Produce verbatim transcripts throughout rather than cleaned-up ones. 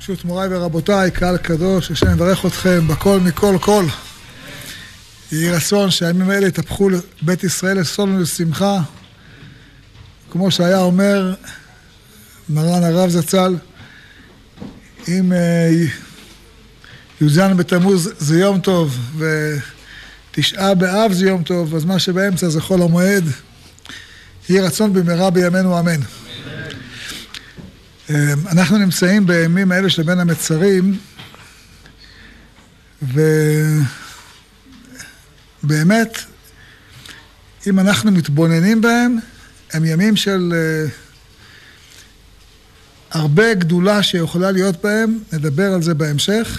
פשוט מוריי ורבותיי, קהל קדוש, השם יברך אתכם בכל מכל כל. יהי רצון שהימים האלה יתהפכו לבית ישראל לסול ולשמחה, כמו שהיה אומר מרן הרב זצ"ל, אם י"ז בתמוז זה יום טוב ותשעה באב זה יום טוב, אז מה שבאמצע זה חול המועד. יהי רצון במהרה בימינו אמן. אנחנו נמצאים בימים האלה של בין המצרים, ובאמת אם אנחנו מתבוננים בהם, הם ימים של הרבה גדולה שיכולה להיות בהם, נדבר על זה בהמשך,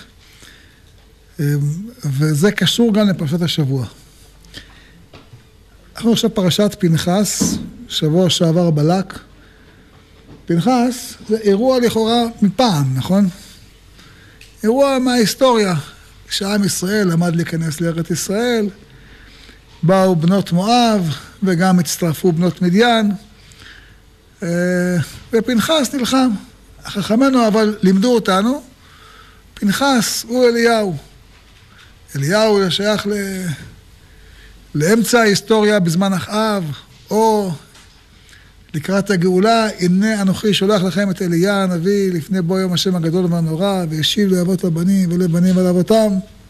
וזה קשור גם לפרשת השבוע. אנחנו עכשיו פרשת פנחס, שבוע שעבר בלק. פנחס זה אירוע לכאורה מפעם, נכון? אירוע מההיסטוריה, כשעם ישראל למד להיכנס לארץ ישראל, באו בנות מואב וגם הצטרפו בנות מדיין, ופנחס נלחם. חכמינו אבל לימדו אותנו, פנחס הוא אליהו. אליהו שייך ל... לאמצע ההיסטוריה בזמן אחאב, או לקראת הגאולה, הנה אנוכי שולח לכם את אליה הנביא לפני בוא יום השם הגדול והנורא, וישיב לאבות הבנים ולבנים על אבותם.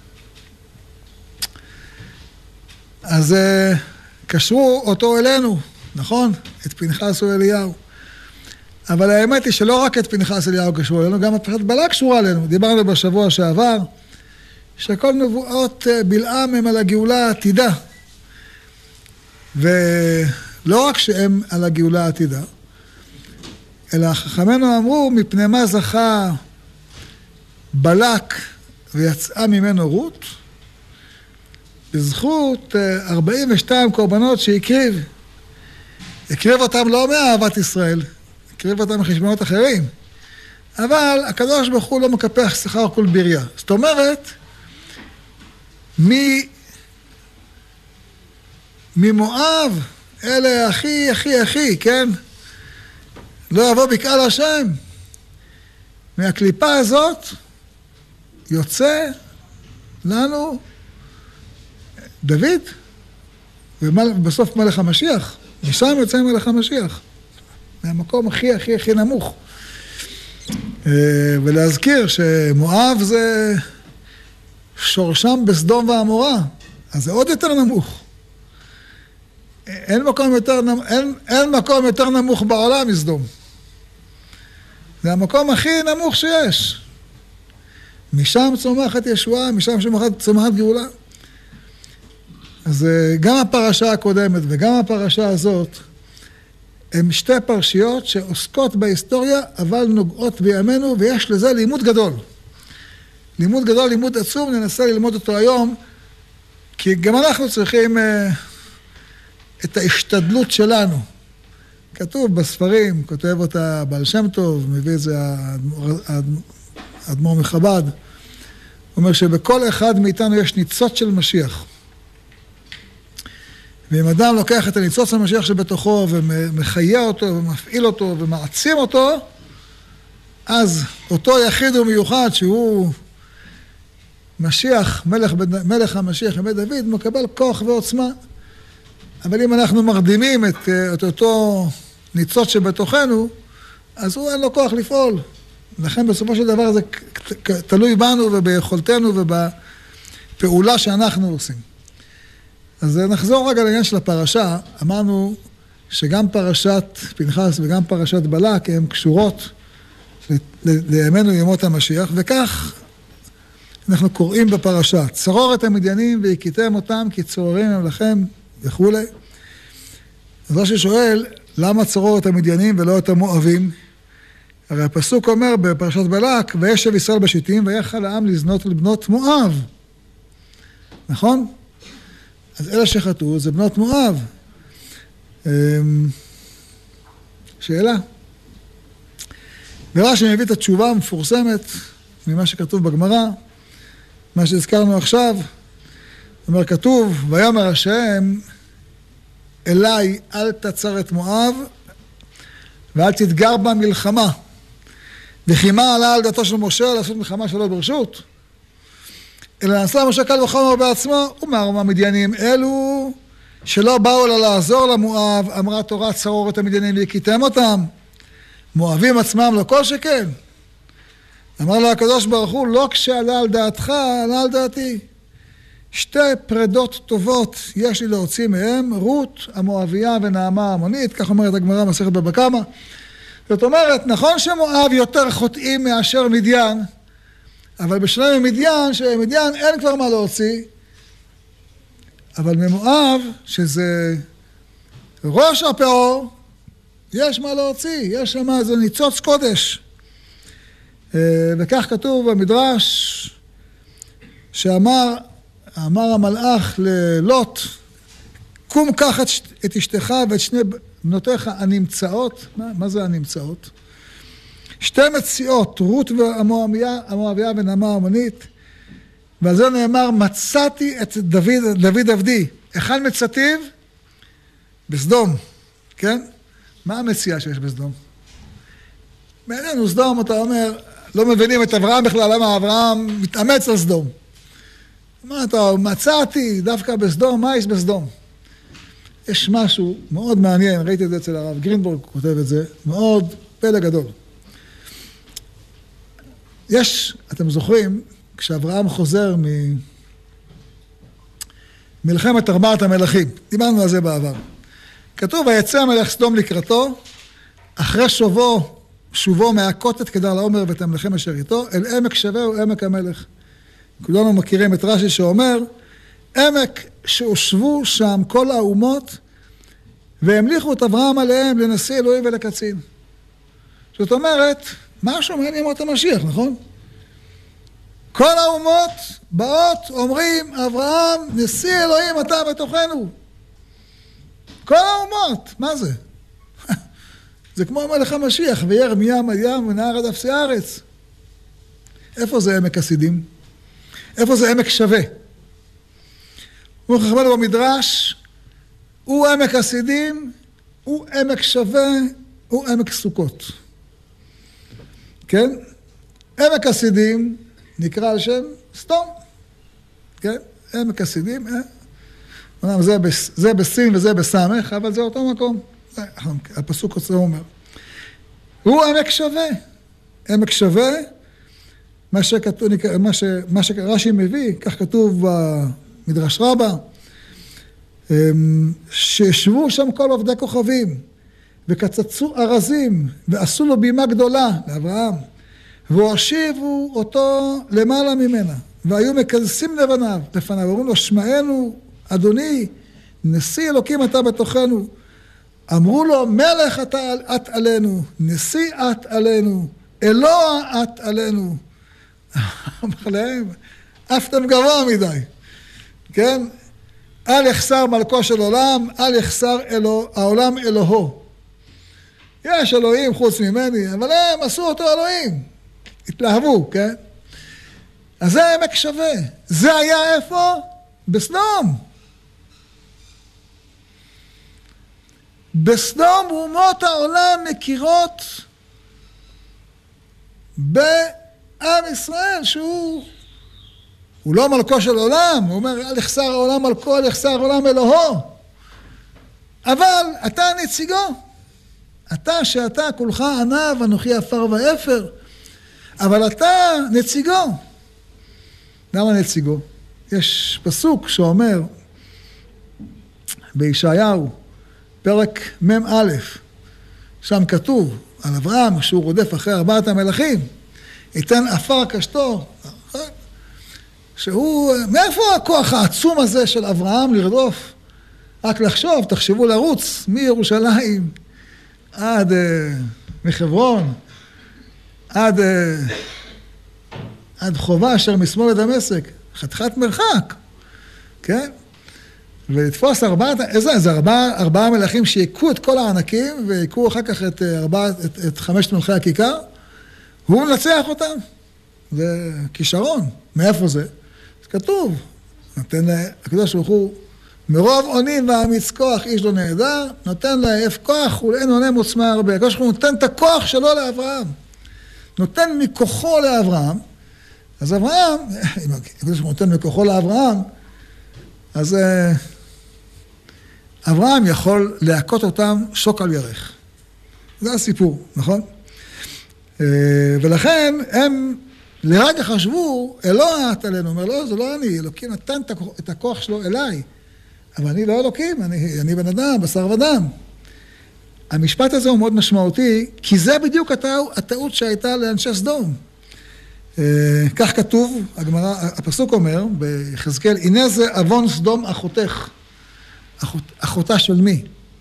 אז קשרו אותו אלינו, נכון? את פנחס או אליהו. אבל האמת היא שלא רק את פנחס אליהו קשרו אלינו, גם הפרשת בלק קשורה אלינו. דיברנו בשבוע שעבר, שכל נבואות בלעם הם על הגאולה העתידה. ולא רק שהם על הגאולה העתידה, אלא חכמינו אמרו, מפני מה זכה בלק ויצאה ממנו רות, בזכות ארבעים ושתיים קורבנות שהקריב. הקריב אותם לא מאהבת ישראל, הקריב אותם מחשבונות אחרים. אבל הקדוש ברוך הוא לא מקפח שכר כל בריה. זאת אומרת, מי... ממואב, אלה הכי, הכי, הכי, כן? לא יבוא בקהל השם. מהקליפה הזאת יוצא לנו דוד, ובסוף מלך המשיח. משם יוצא מלך המשיח. מהמקום הכי, הכי, הכי נמוך. ולהזכיר שמואב זה שורשם בסדום ועמורה, אז זה עוד יותר נמוך. אין מקום יותר, אין, אין מקום יותר נמוך בעולם מסדום. זה המקום הכי נמוך שיש. משם צומחת ישועה, משם צומחת גאולה. אז גם הפרשה הקודמת וגם הפרשה הזאת, הן שתי פרשיות שעוסקות בהיסטוריה, אבל נוגעות בימינו, ויש לזה לימוד גדול. לימוד גדול, לימוד עצום, ננסה ללמוד אותו היום, כי גם אנחנו צריכים... את ההשתדלות שלנו. כתוב בספרים, כותב אותה בעל שם טוב, מביא את זה האדמו"ר מחב"ד, הוא אומר שבכל אחד מאיתנו יש ניצוץ של משיח. ואם אדם לוקח את הניצוץ של משיח שבתוכו, ומחיה אותו, ומפעיל אותו, ומעצים אותו, אז אותו יחיד ומיוחד שהוא משיח, מלך, מלך המשיח בית דוד, מקבל כוח ועוצמה. אבל אם אנחנו מרדימים את, את אותו ניצוץ שבתוכנו, אז הוא אין לו כוח לפעול. לכן בסופו של דבר זה תלוי בנו וביכולתנו ובפעולה שאנחנו עושים. אז נחזור רגע לעניין של הפרשה. אמרנו שגם פרשת פנחס וגם פרשת בלק הן קשורות לימינו ימות המשיח, וכך אנחנו קוראים בפרשה. צרור את המדיינים והכיתם אותם כי צוררים הם לכם וכו'. אז רש"י שואל, למה צרור את המדיינים ולא את המואבים? הרי הפסוק אומר בפרשת בלק, וישב ישראל בשיטים ויחל העם לזנות לבנות מואב. נכון? אז אלה שחטאו זה בנות מואב. שאלה. ורש"י מביא את התשובה המפורסמת ממה שכתוב בגמרא, מה שהזכרנו עכשיו. אומר, כתוב, ויאמר השם אליי אל תצר את מואב ואל תתגר בה מלחמה. וכי מה עלה על דעתו של משה לעשות מלחמה שלא ברשות? אלא נעשה משה קל וחומר בעצמו, ומארום המדיינים אלו שלא באו לה לעזור למואב, אמרה תורה צרור את המדיינים והכיתם אותם. מואבים עצמם לא כל שכן. אמר לו הקדוש ברוך הוא, לא כשעלה על דעתך, עלה על דעתי. שתי פרדות טובות יש לי להוציא מהם, רות המואביה ונעמה המונית, כך אומרת הגמרא מסכת בבא קמא. זאת אומרת, נכון שמואב יותר חוטאים מאשר מדיין, אבל בשונה ממדיין, שמדיין אין כבר מה להוציא, אבל ממואב, שזה ראש הפאור, יש מה להוציא, יש שם איזה ניצוץ קודש. וכך כתוב במדרש, שאמר, אמר המלאך ללוט, קום קח את, את אשתך ואת שני בנותיך הנמצאות. מה, מה זה הנמצאות? שתי מציאות, רות והמואביה, המואביה ונעמה המונית, ועל זה נאמר, מצאתי את דוד, דוד עבדי. אחד מצאתיו? בסדום, כן? מה המציאה שיש בסדום? בעינינו סדום, אתה אומר, לא מבינים את אברהם בכלל, למה אברהם מתאמץ על סדום. מה אתה, מצאתי דווקא בסדום, מה יש בסדום? יש משהו מאוד מעניין, ראיתי את זה אצל הרב גרינבורג, כותב את זה, מאוד פלא גדול. יש, אתם זוכרים, כשאברהם חוזר ממלחמת ארבעת המלכים, דיברנו על זה בעבר. כתוב, ויצא המלך סדום לקראתו, אחרי שובו, שובו מהקוטט כדר לעומר ואת המלכים אשר איתו, אל עמק שווה הוא עמק המלך. כולנו מכירים את רש"י שאומר, עמק שהושבו שם כל האומות, והמליכו את אברהם עליהם לנשיא אלוהים ולקצין. זאת אומרת, משהו מעניין ימות המשיח, נכון? כל האומות באות, אומרים, אברהם, נשיא אלוהים אתה בתוכנו. כל האומות, מה זה? זה כמו המלך המשיח, וירא מים עד ים ונהר עד אפסי הארץ. איפה זה עמק הסידים? איפה זה עמק שווה? הוא חכמנו במדרש, הוא עמק הסידים, הוא עמק שווה, הוא עמק סוכות. כן? עמק הסידים נקרא על שם סדום. כן? עמק הסידים, אה? זה, זה בסין וזה בסמך, אבל זה אותו מקום. הפסוק עושה אומר. הוא עמק שווה. עמק שווה, מה שכתוב, מה ש, מה שרש"י מביא, כך כתוב במדרש רבה, שישבו שם כל עובדי כוכבים, וקצצו ארזים, ועשו לו בימה גדולה לאברהם, והושיבו אותו למעלה ממנה, והיו מקלסים לבניו, לפניו, ואומרים לו, שמענו, אדוני, נשיא אלוקים אתה בתוכנו. אמרו לו, מלך אתה את עלינו, נשיא את עלינו, אלוה את עלינו. אמר להם, עפתם גבוה מדי, כן? אל יחסר מלכו של עולם, אל יחסר אלוה, העולם אלוהו. יש אלוהים חוץ ממני, אבל הם עשו אותו אלוהים. התלהבו, כן? אז זה עמק שווה. זה היה איפה? בסדום. בסדום אומות העולם מכירות בעם ישראל, שהוא הוא לא מלכו של עולם, הוא אומר, אל יחסר העולם מלכו, אל יחסר העולם אלוהו. אבל אתה נציגו. אתה שאתה כולך ענב, אנוכי עפר ואפר. אבל אתה נציגו. למה נציגו? יש פסוק שאומר, בישעיהו, פרק מם א', שם כתוב על אברהם, שהוא רודף אחרי ארבעת המלכים, ייתן עפר קשתו, שהוא, מאיפה הכוח העצום הזה של אברהם לרדוף? רק לחשוב, תחשבו לרוץ מירושלים עד uh, מחברון, עד, uh, עד חובה אשר משמאל לדמשק, חתיכת מרחק, כן? ולתפוס ארבעת, איזה, זה ארבעה, ארבעה מלכים שיקו את כל הענקים, ויקו אחר כך את, ארבע, את, את חמשת מלכי הכיכר, הוא מנצח אותם. זה כישרון. מאיפה זה? זה כתוב. נותן לה, הקדוש ברוך הוא, מרוב עונים ואמיץ כוח איש לא נהדר, נותן לעייף כוח ולאין עונה מוצמא הרבה. הקדוש ברוך הוא נותן את הכוח שלו לאברהם. נותן מכוחו לאברהם, אז אברהם, אם הקדוש ברוך הוא נותן מכוחו לאברהם, אז אברהם יכול להכות אותם שוק על ירך. זה הסיפור, נכון? ולכן הם לרגע חשבו, אלוה את עלינו, אומר לא, זה לא אני, אלוקים נתן את הכוח שלו אליי, אבל אני לא אלוקים, אני, אני בן אדם, בשר ודם. המשפט הזה הוא מאוד משמעותי, כי זה בדיוק הטעות שהייתה לאנשי סדום. כך כתוב, הגמרא, הפסוק אומר, ביחזקאל, הנה זה עוון סדום אחותך. אחות, אחותה של מי?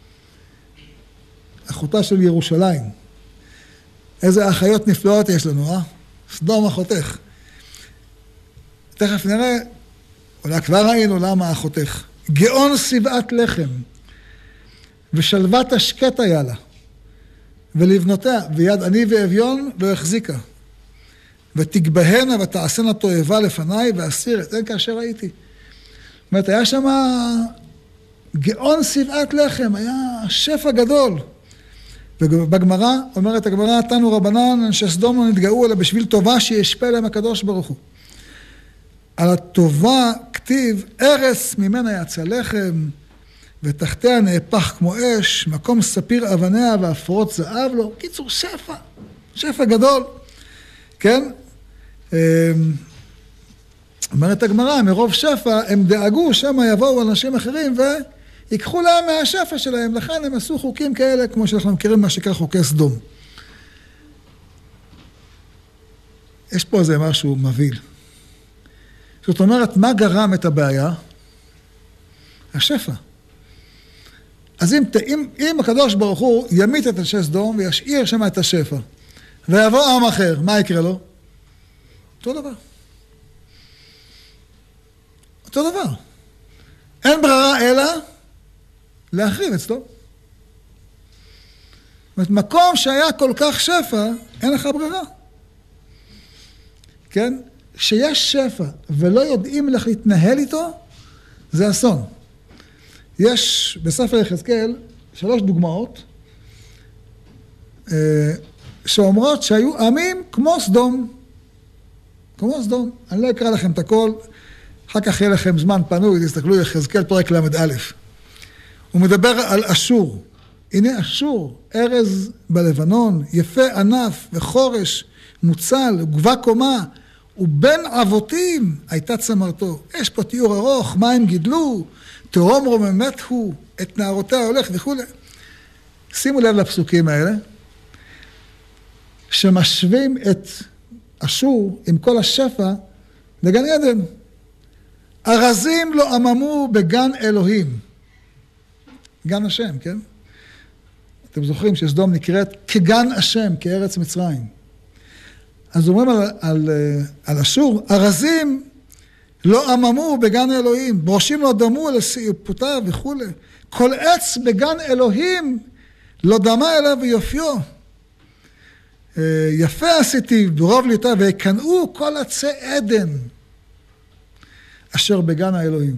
אחותה של ירושלים. איזה אחיות נפלאות יש לנו, אה? סדום אחותך. תכף נראה, אולי כבר ראינו למה אחותך. גאון שבעת לחם, ושלוות השקט היה לה, ולבנותיה, ויד עני ואביון לא החזיקה. ותגבהנה ותעשנה תועבה לפניי, ואסיר את אין כאשר הייתי. זאת אומרת, היה שם גאון שבעת לחם, היה שפע גדול. ובגמרא, אומרת הגמרא, תנו רבנן, אנשי סדום לא נתגאו, אלא בשביל טובה שישפה להם הקדוש ברוך הוא. על הטובה כתיב, ארץ ממנה יצא לחם, ותחתיה נהפך כמו אש, מקום ספיר אבניה ואפרות זהב לו. קיצור, שפע, שפע גדול. כן? אומרת הגמרא, מרוב שפע, הם דאגו שמה יבואו אנשים אחרים ויקחו להם מהשפע שלהם. לכן הם עשו חוקים כאלה, כמו שאנחנו מכירים מה שקרה חוקי סדום. יש פה איזה משהו מבהיל. זאת אומרת, מה גרם את הבעיה? השפע. אז אם, אם, אם הקדוש ברוך הוא ימית את אנשי סדום וישאיר שם את השפע, ויבוא עם אחר, מה יקרה לו? אותו דבר. אותו דבר. אין ברירה אלא להחריב אצלו. זאת אומרת, מקום שהיה כל כך שפע, אין לך ברירה. כן? שיש שפע ולא יודעים איך להתנהל איתו, זה אסון. יש בספר יחזקאל שלוש דוגמאות שאומרות שהיו עמים כמו סדום. כמו סדום. אני לא אקרא לכם את הכל, אחר כך יהיה לכם זמן פנוי, תסתכלו יחזקאל פרק למד א'. הוא מדבר על אשור. הנה אשור, ארז בלבנון, יפה ענף וחורש, מוצל, גובה קומה, ובין אבותים הייתה צמרתו. יש פה תיאור ארוך, מה הם גידלו, תהום רוממת הוא, את נערותיה הולך וכו'. שימו לב לפסוקים האלה, שמשווים את אשור עם כל השפע לגן עדן. ארזים לא עממו בגן אלוהים. גן השם, כן? אתם זוכרים שסדום נקראת כגן השם, כארץ מצרים. אז אומרים על, על, על אשור, ארזים לא עממו בגן אלוהים, ברושים לא דמו לסיפותיו וכו'. כל עץ בגן אלוהים לא דמה אליו ויופיו. יפה עשיתי ברוב ליטה, ויקנאו כל עצי עדן אשר בגן האלוהים.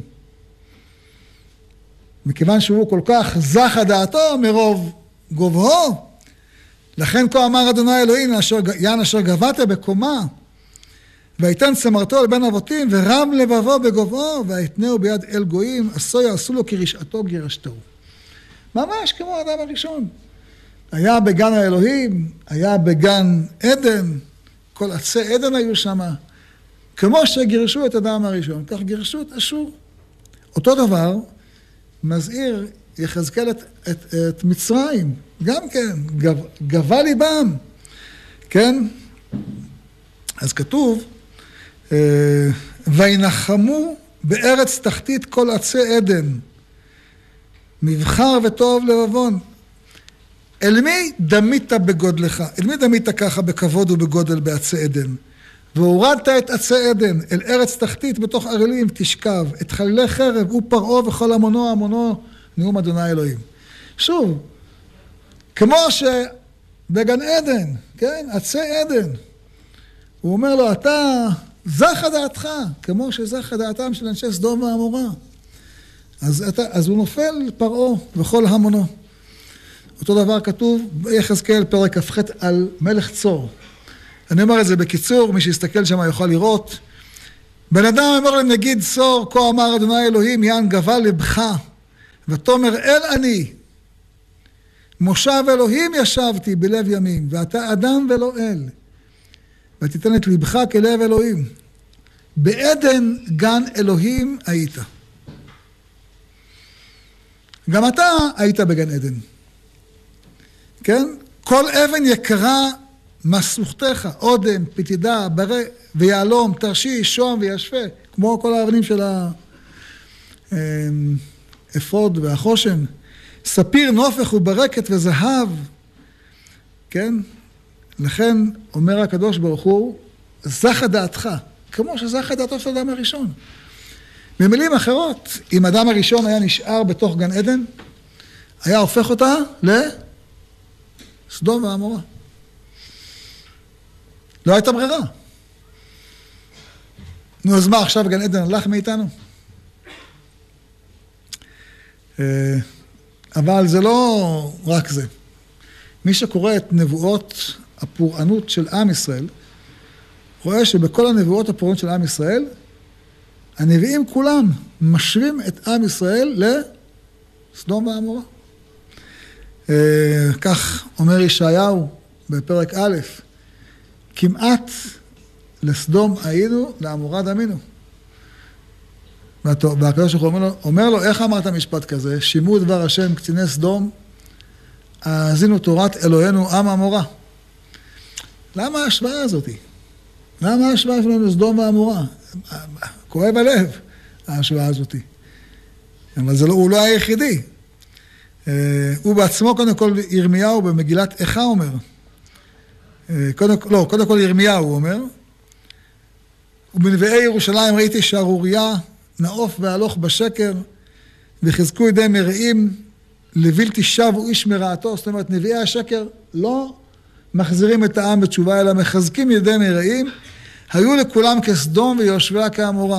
מכיוון שהוא כל כך זכה דעתו מרוב גובהו, לכן כה אמר אדוני אלוהים, יען אשר גבעת בקומה, ויתן צמרתו לבן אבותים, ורם לבבו בגובהו, ויתנהו ביד אל גויים, עשו יעשו לו כרשעתו גירשתו. ממש כמו האדם הראשון. היה בגן האלוהים, היה בגן עדן, כל עצי עדן היו שם, כמו שגירשו את האדם הראשון, כך גירשו את אשור. אותו דבר, מזהיר יחזקאל את, את, את מצרים, גם כן, גב, גבה ליבם, כן? אז כתוב, אה, וינחמו בארץ תחתית כל עצי עדן, מבחר וטוב לבבון. אל מי דמית בגודלך? אל מי דמית ככה בכבוד ובגודל בעצי עדן? והורדת את עצי עדן אל ארץ תחתית בתוך ערלים תשכב, את חלילי חרב הוא פרעה וכל המונו המונו נאום אדוני אלוהים. שוב, כמו שבגן עדן, כן, עצי עדן, הוא אומר לו, אתה זכה דעתך, כמו שזכה דעתם של אנשי סדום ועמורה. אז, אתה, אז הוא נופל פרעה וכל המונו. אותו דבר כתוב ביחזקאל פרק כ"ח על מלך צור. אני אומר את זה בקיצור, מי שיסתכל שם יוכל לראות. בן אדם אומר להם, נגיד סור, כה אמר אדוני אלוהים, יען גבה לבך, ותאמר אל אני, מושב אלוהים ישבתי בלב ימים, ואתה אדם ולא אל, ותיתן את לבך כלב אלוהים. בעדן גן אלוהים היית. גם אתה היית בגן עדן. כן? כל אבן יקרה מסוכתך, עודן, פתידה, ברי, ויעלום, תרשיש, שום וישפה, כמו כל האבנים של האפוד והחושן. ספיר, נופך וברקת וזהב. כן? לכן אומר הקדוש ברוך הוא, זכה דעתך, כמו שזכה דעתו של אדם הראשון. במילים אחרות, אם אדם הראשון היה נשאר בתוך גן עדן, היה הופך אותה לסדום ועמורה. לא הייתה ברירה. נו, אז מה, עכשיו גן עדן הלך מאיתנו? אבל זה לא רק זה. מי שקורא את נבואות הפורענות של עם ישראל, רואה שבכל הנבואות הפורענות של עם ישראל, הנביאים כולם משווים את עם ישראל לסדום ועמורה. כך אומר ישעיהו בפרק א', כמעט לסדום היינו, לעמורה דמינו. והקדוש ברוך הוא אומר לו, אומר לו, איך אמרת משפט כזה? שימו דבר השם קציני סדום, האזינו תורת אלוהינו עם עמורה. למה ההשוואה הזאת? למה ההשוואה שלנו לסדום ועמורה? כואב הלב, ההשוואה הזאת. אבל זה לא, הוא לא היחידי. הוא בעצמו, קודם כל, ירמיהו במגילת איכה אומר. קודם, לא, קודם כל ירמיהו הוא אומר. ובנביאי ירושלים ראיתי שערוריה, נעוף והלוך בשקר, וחזקו ידי מרעים, לבלתי שבו איש מרעתו. זאת אומרת, נביאי השקר לא מחזירים את העם בתשובה, אלא מחזקים ידי מרעים, היו לכולם כסדום ויושביה כעמורה.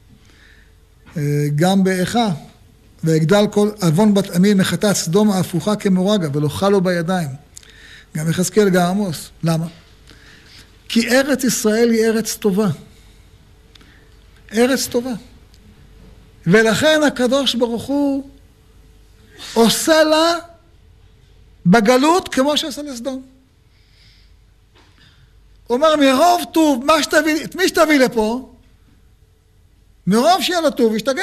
גם באיכה, והגדל כל אבון בת עמי מחטאת סדום ההפוכה כמורגה, ולא חלו בידיים. גם יחזקאל, גם עמוס. למה? כי ארץ ישראל היא ארץ טובה. ארץ טובה. ולכן הקדוש ברוך הוא עושה לה בגלות כמו שעושה לסדום. הוא אומר, מרוב טוב, מה שתביא, את מי שתביא לפה, מרוב שיהיה לו טוב, ישתגע.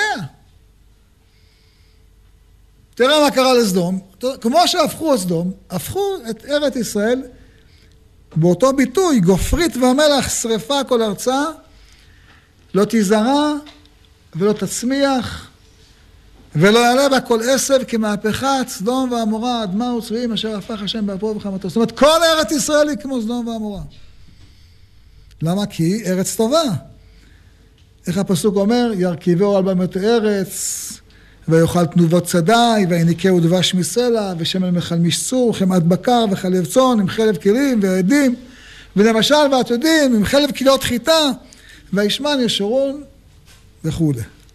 תראה מה קרה לסדום, כמו שהפכו את סדום, הפכו את ארץ ישראל, באותו ביטוי, גופרית והמלח שרפה כל ארצה, לא תזרע ולא תצמיח, ולא יעלה בה כל עשב כמהפכת סדום ועמורה, אדמה וצבעים אשר הפך השם באפו ובחמתו. זאת אומרת, כל ארץ ישראל היא כמו סדום ועמורה. למה? כי היא ארץ טובה. איך הפסוק אומר? ירכיבהו על במות ארץ, ויאכל תנובות צדי, ויניקהו דבש מסלע, ושמן מחלמיש צור, חמאת בקר וחלב צאן, עם חלב כלים ועדים, ולמשל ועתודים, עם חלב כליות חיטה, וישמן ישורון וכו'.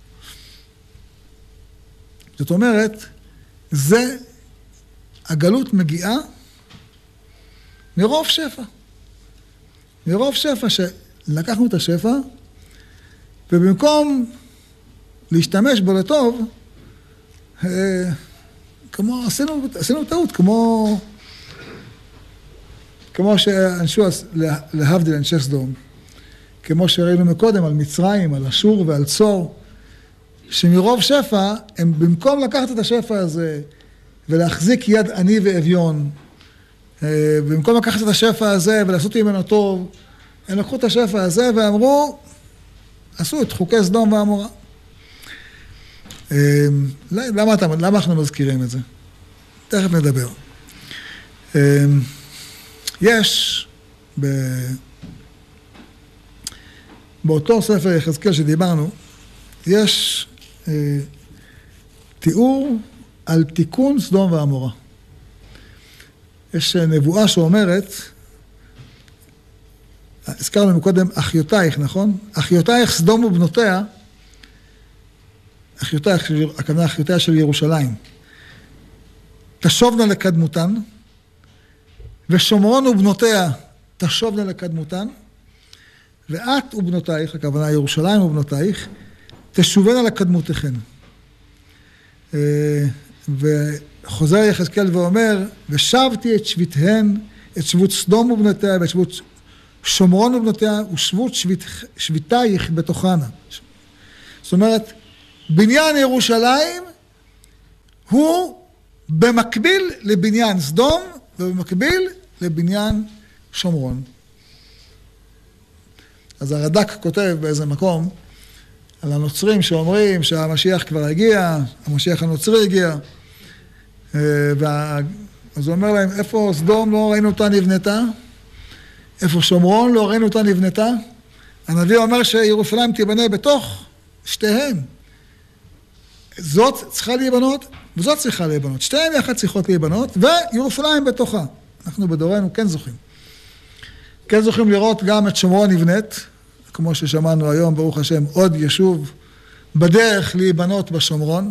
זאת אומרת, זה, הגלות מגיעה מרוב שפע. מרוב שפע שלקחנו את השפע, ובמקום להשתמש בו לטוב, כמו, עשינו, עשינו טעות, כמו, כמו שאנשו, להבדיל אנשי סדום, כמו שראינו מקודם על מצרים, על אשור ועל צור, שמרוב שפע, הם במקום לקחת את השפע הזה, ולהחזיק יד עני ואביון, במקום לקחת את השפע הזה ולעשות ממנו טוב, הם לקחו את השפע הזה ואמרו, עשו את חוקי סדום ועמורה. למה, אתה, למה אנחנו מזכירים את זה? תכף נדבר. יש ב... באותו ספר יחזקאל שדיברנו, יש אה, תיאור על תיקון סדום ועמורה. יש נבואה שאומרת, הזכרנו מקודם אחיותייך, נכון? אחיותייך סדום ובנותיה, אחיותייך, הכוונה אחיותיה של ירושלים, תשובנה לקדמותן, ושומרון ובנותיה תשובנה לקדמותן, ואת ובנותייך, הכוונה ירושלים ובנותייך, תשובנה לקדמותיכן. וחוזר יחזקאל ואומר, ושבתי את שביתהן, את שבות סדום ובנותיה, ואת שבות שומרון ובנותיה, ושבות שביט, שביתייך בתוכנה. זאת אומרת, בניין ירושלים הוא במקביל לבניין סדום, ובמקביל לבניין שומרון. אז הרד"ק כותב באיזה מקום, על הנוצרים שאומרים שהמשיח כבר הגיע, המשיח הנוצרי הגיע, וה... אז הוא אומר להם, איפה סדום לא ראינו אותה נבנתה? איפה שומרון לא ראינו אותה נבנתה? הנביא אומר שירושלים תיבנה בתוך שתיהן. זאת צריכה להיבנות, וזאת צריכה להיבנות. שתיהן יחד צריכות להיבנות, וירושלים בתוכה. אנחנו בדורנו כן זוכים. כן זוכים לראות גם את שומרון נבנית, כמו ששמענו היום, ברוך השם, עוד יישוב בדרך להיבנות בשומרון,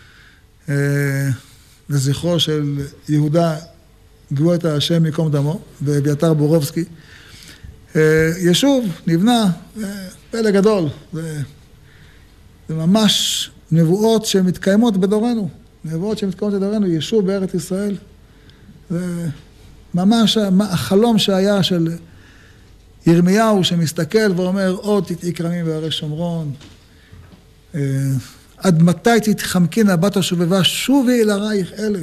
לזכרו של יהודה גבורת השם מקום דמו, ואביתר בורובסקי. יישוב נבנה, פלא גדול, זה, זה ממש נבואות שמתקיימות בדורנו, נבואות שמתקיימות בדורנו, יישוב בארץ ישראל. זה ממש החלום שהיה של ירמיהו שמסתכל ואומר, עוד תתעי כרמים בהרי שומרון, עד מתי תתחמקינה בת השובבה, שובי אל ערייך אלה.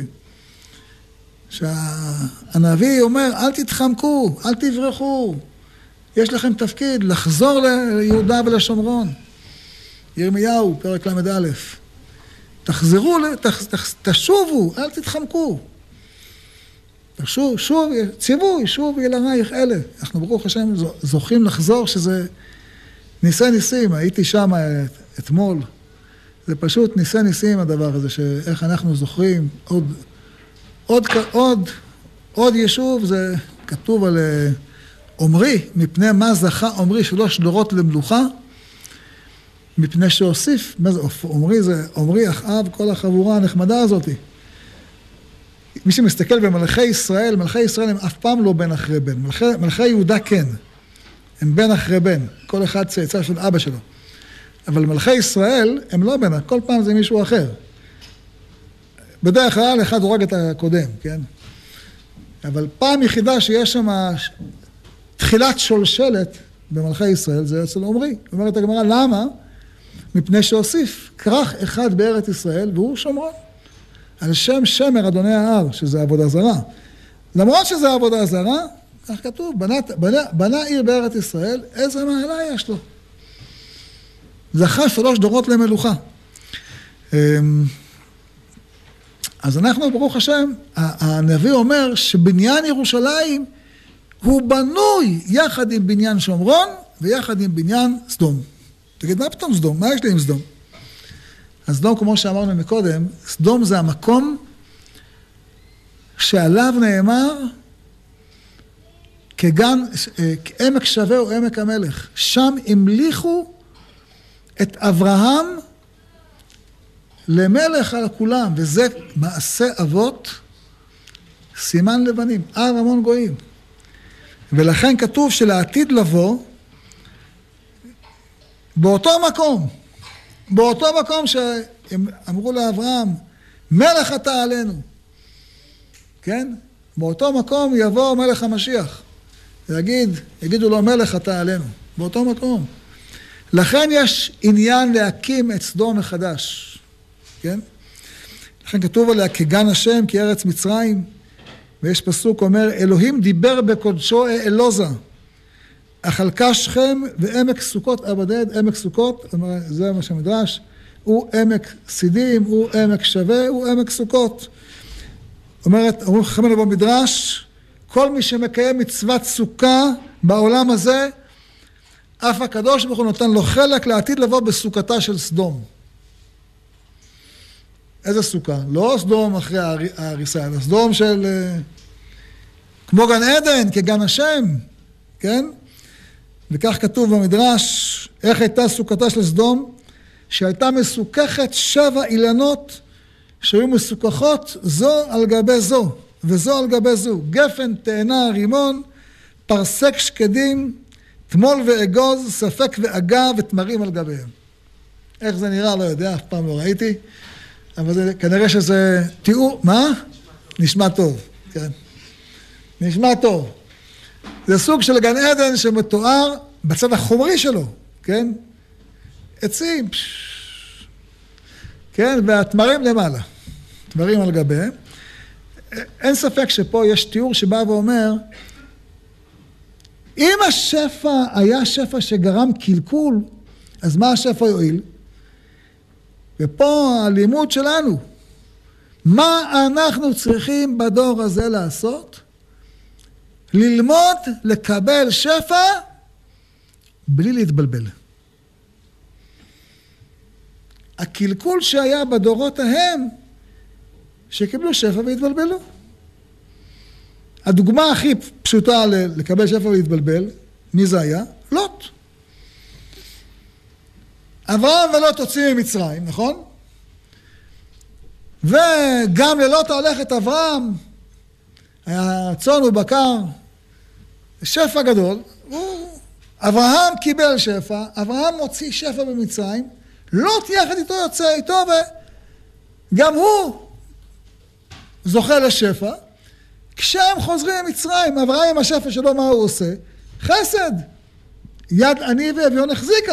שהנביא אומר, אל תתחמקו, אל תברחו, יש לכם תפקיד לחזור ליהודה ולשומרון. ירמיהו, פרק למד א', תחזרו, תשובו, אל תתחמקו. שוב, שוב, ציווי, שוב אל ערייך אלה. אנחנו ברוך השם זוכים לחזור שזה ניסי ניסים. הייתי שם אתמול. זה פשוט ניסי ניסים הדבר הזה, שאיך אנחנו זוכרים עוד, עוד, עוד, עוד יישוב, זה כתוב על עומרי, מפני מה זכה עומרי שלוש דורות למלוכה, מפני שהוסיף, מה זה עומרי? זה עומרי אחאב, כל החבורה הנחמדה הזאת. מי שמסתכל במלכי ישראל, מלכי ישראל הם אף פעם לא בן אחרי בן. מלכי, מלכי יהודה כן, הם בן אחרי בן. כל אחד צאצא של אבא שלו. אבל מלכי ישראל הם לא בן, כל פעם זה מישהו אחר. בדרך כלל אחד הורג את הקודם, כן? אבל פעם יחידה שיש שם תחילת שולשלת במלכי ישראל, זה אצל עומרי. אומרת הגמרא, למה? מפני שהוסיף כרך אחד בארץ ישראל, והוא שומרון. על שם שמר אדוני ההר, שזה עבודה זרה. למרות שזה עבודה זרה, כך כתוב, בנה, בנה, בנה עיר בארץ ישראל, איזה מעלה יש לו. זכה שלוש דורות למלוכה. אז אנחנו, ברוך השם, הנביא אומר שבניין ירושלים הוא בנוי יחד עם בניין שומרון ויחד עם בניין סדום. תגיד, מה פתאום סדום? מה יש לי עם סדום? אז סדום, כמו שאמרנו מקודם, סדום זה המקום שעליו נאמר כגן, כעמק שווה או עמק המלך. שם המליכו את אברהם למלך על כולם, וזה מעשה אבות, סימן לבנים, אב המון גויים. ולכן כתוב שלעתיד לבוא, באותו מקום, באותו מקום שהם אמרו לאברהם, מלך אתה עלינו, כן? באותו מקום יבוא מלך המשיח, ויגיד, יגידו לו מלך אתה עלינו, באותו מקום. לכן יש עניין להקים את סדום מחדש, כן? לכן כתוב עליה כגן השם, כי ארץ מצרים, ויש פסוק אומר, אלוהים דיבר בקודשו אלוזה, החלקה שכם ועמק סוכות אבדד, עמק סוכות, זה מה שמדרש, הוא עמק סידים, הוא עמק שווה, הוא עמק סוכות. אומרת, אומרים חכמינו במדרש, כל מי שמקיים מצוות סוכה בעולם הזה, אף הקדוש ברוך הוא נותן לו חלק לעתיד לבוא בסוכתה של סדום. איזה סוכה? לא סדום אחרי ההריסה, אלא סדום של כמו גן עדן, כגן השם, כן? וכך כתוב במדרש, איך הייתה סוכתה של סדום? שהייתה מסוככת שבע אילנות שהיו מסוככות זו על גבי זו, וזו על גבי זו. גפן, תאנה, רימון, פרסק שקדים, תמול ואגוז, ספק ואגה ותמרים על גביהם. איך זה נראה? לא יודע, אף פעם לא ראיתי, אבל זה, כנראה שזה תיאור, מה? נשמע טוב, כן. נשמע טוב. זה סוג של גן עדן שמתואר בצד החומרי שלו, כן? עצים, פש... כן? והתמרים למעלה, תמרים על גביהם. אין ספק שפה יש תיאור שבא ואומר, אם השפע היה שפע שגרם קלקול, אז מה השפע יועיל? ופה הלימוד שלנו, מה אנחנו צריכים בדור הזה לעשות? ללמוד לקבל שפע בלי להתבלבל. הקלקול שהיה בדורות ההם, שקיבלו שפע והתבלבלו. הדוגמה הכי פשוטה לקבל שפע ולהתבלבל, מי זה היה? לוט. אברהם ולוט הוציאו ממצרים, נכון? וגם ללוט הולכת אברהם, היה צאן ובקר, שפע גדול, אברהם קיבל שפע, אברהם מוציא שפע במצרים, לוט יחד איתו יוצא איתו, וגם הוא זוכה לשפע. כשהם חוזרים למצרים, אברהם עם השפע שלו, מה הוא עושה? חסד. יד עני ואביון החזיקה.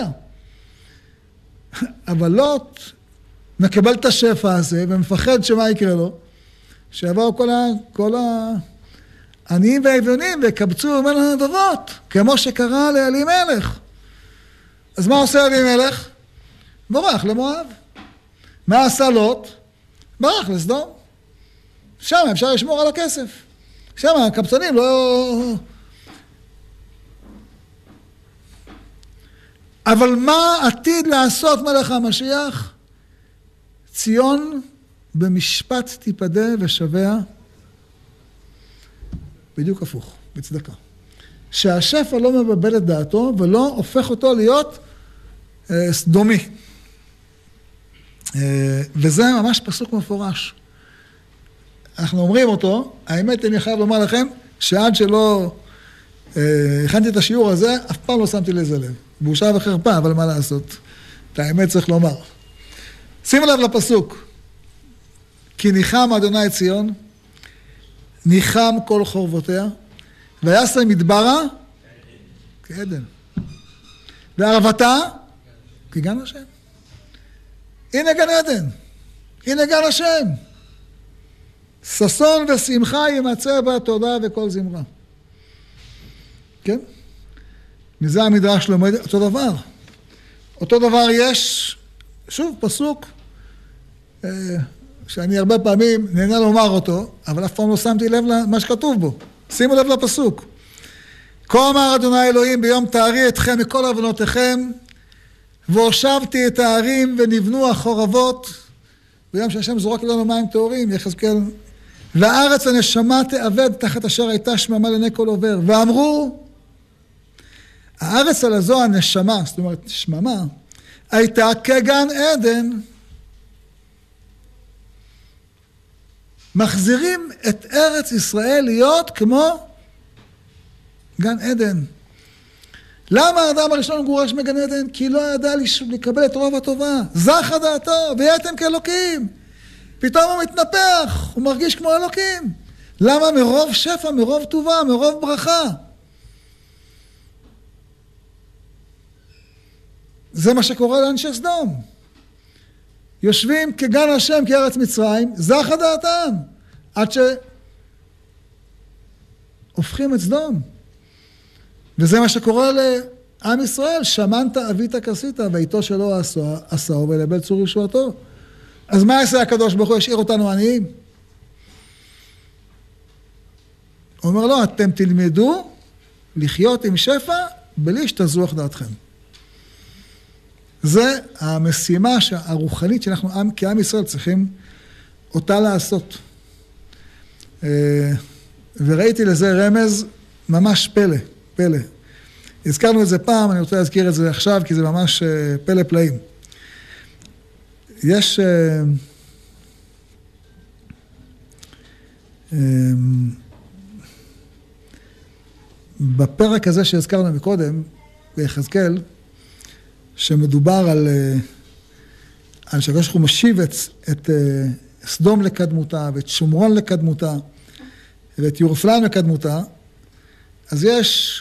אבל לוט מקבל את השפע הזה, ומפחד שמה יקרה לו? שיבואו כל, ה, כל העניים והאביונים, ויקבצו ממנו נדבות, כמו שקרה לאלימלך. אז מה עושה אלימלך? ברח למואב. מה עשה לוט? ברח לסדום. שם אפשר לשמור על הכסף. שם הקבצנים לא... אבל מה עתיד לעשות מלך המשיח? ציון במשפט תיפדה ושבע. בדיוק הפוך, בצדקה. שהשפע לא מבלבל את דעתו ולא הופך אותו להיות אה, סדומי. אה, וזה ממש פסוק מפורש. אנחנו אומרים אותו, האמת אני חייב לומר לכם, שעד שלא אה, הכנתי את השיעור הזה, אף פעם לא שמתי לזה לב. בושה וחרפה, אבל מה לעשות? את האמת צריך לומר. שימו לב לפסוק. כי ניחם אדוני ציון, ניחם כל חורבותיה, ויעשה מדברה כעדן. וערבתה כגן השם. הנה גן עדן, הנה גן השם. ששון ושמחה ימצא בה תודה וכל זמרה. כן? מזה המדרש לומד אותו דבר. אותו דבר יש, שוב, פסוק, שאני הרבה פעמים נהנה לומר אותו, אבל אף פעם לא שמתי לב למה שכתוב בו. שימו לב לפסוק. כה אמר אדוני אלוהים ביום תארי אתכם מכל עוונותיכם, והושבתי את הערים ונבנו החורבות, ביום שהשם זורק לנו מים טהורים, יחזקאל, והארץ הנשמה תאבד תחת אשר הייתה שממה לעיני כל עובר. ואמרו, הארץ על הזו הנשמה, זאת אומרת שממה, הייתה כגן עדן. מחזירים את ארץ ישראל להיות כמו גן עדן. למה האדם הראשון גורש מגן עדן? כי לא ידע לקבל את רוב הטובה. זכה דעתו, והייתם כאלוקים. פתאום הוא מתנפח, הוא מרגיש כמו אלוקים. למה? מרוב שפע, מרוב טובה, מרוב ברכה. זה מה שקורה לאנשי סדום. יושבים כגן השם, כארץ מצרים, זכה דעתם, עד שהופכים את סדום. וזה מה שקורה לעם ישראל, שמנת אבית כסית, ואיתו שלא עשהו, ולבל צור ישועתו. אז מה יעשה הקדוש ברוך הוא? ישאיר אותנו עניים? הוא אומר לו, אתם תלמדו לחיות עם שפע, בלי שתזוח דעתכם. זה המשימה הרוחנית שאנחנו כעם ישראל צריכים אותה לעשות. וראיתי לזה רמז ממש פלא, פלא. הזכרנו את זה פעם, אני רוצה להזכיר את זה עכשיו, כי זה ממש פלא פלאים. יש בפרק הזה שהזכרנו מקודם, ביחזקאל, שמדובר על, על שהקדוש ברוך הוא משיב את, את סדום לקדמותה, ואת שומרון לקדמותה, ואת ירושלים לקדמותה, אז יש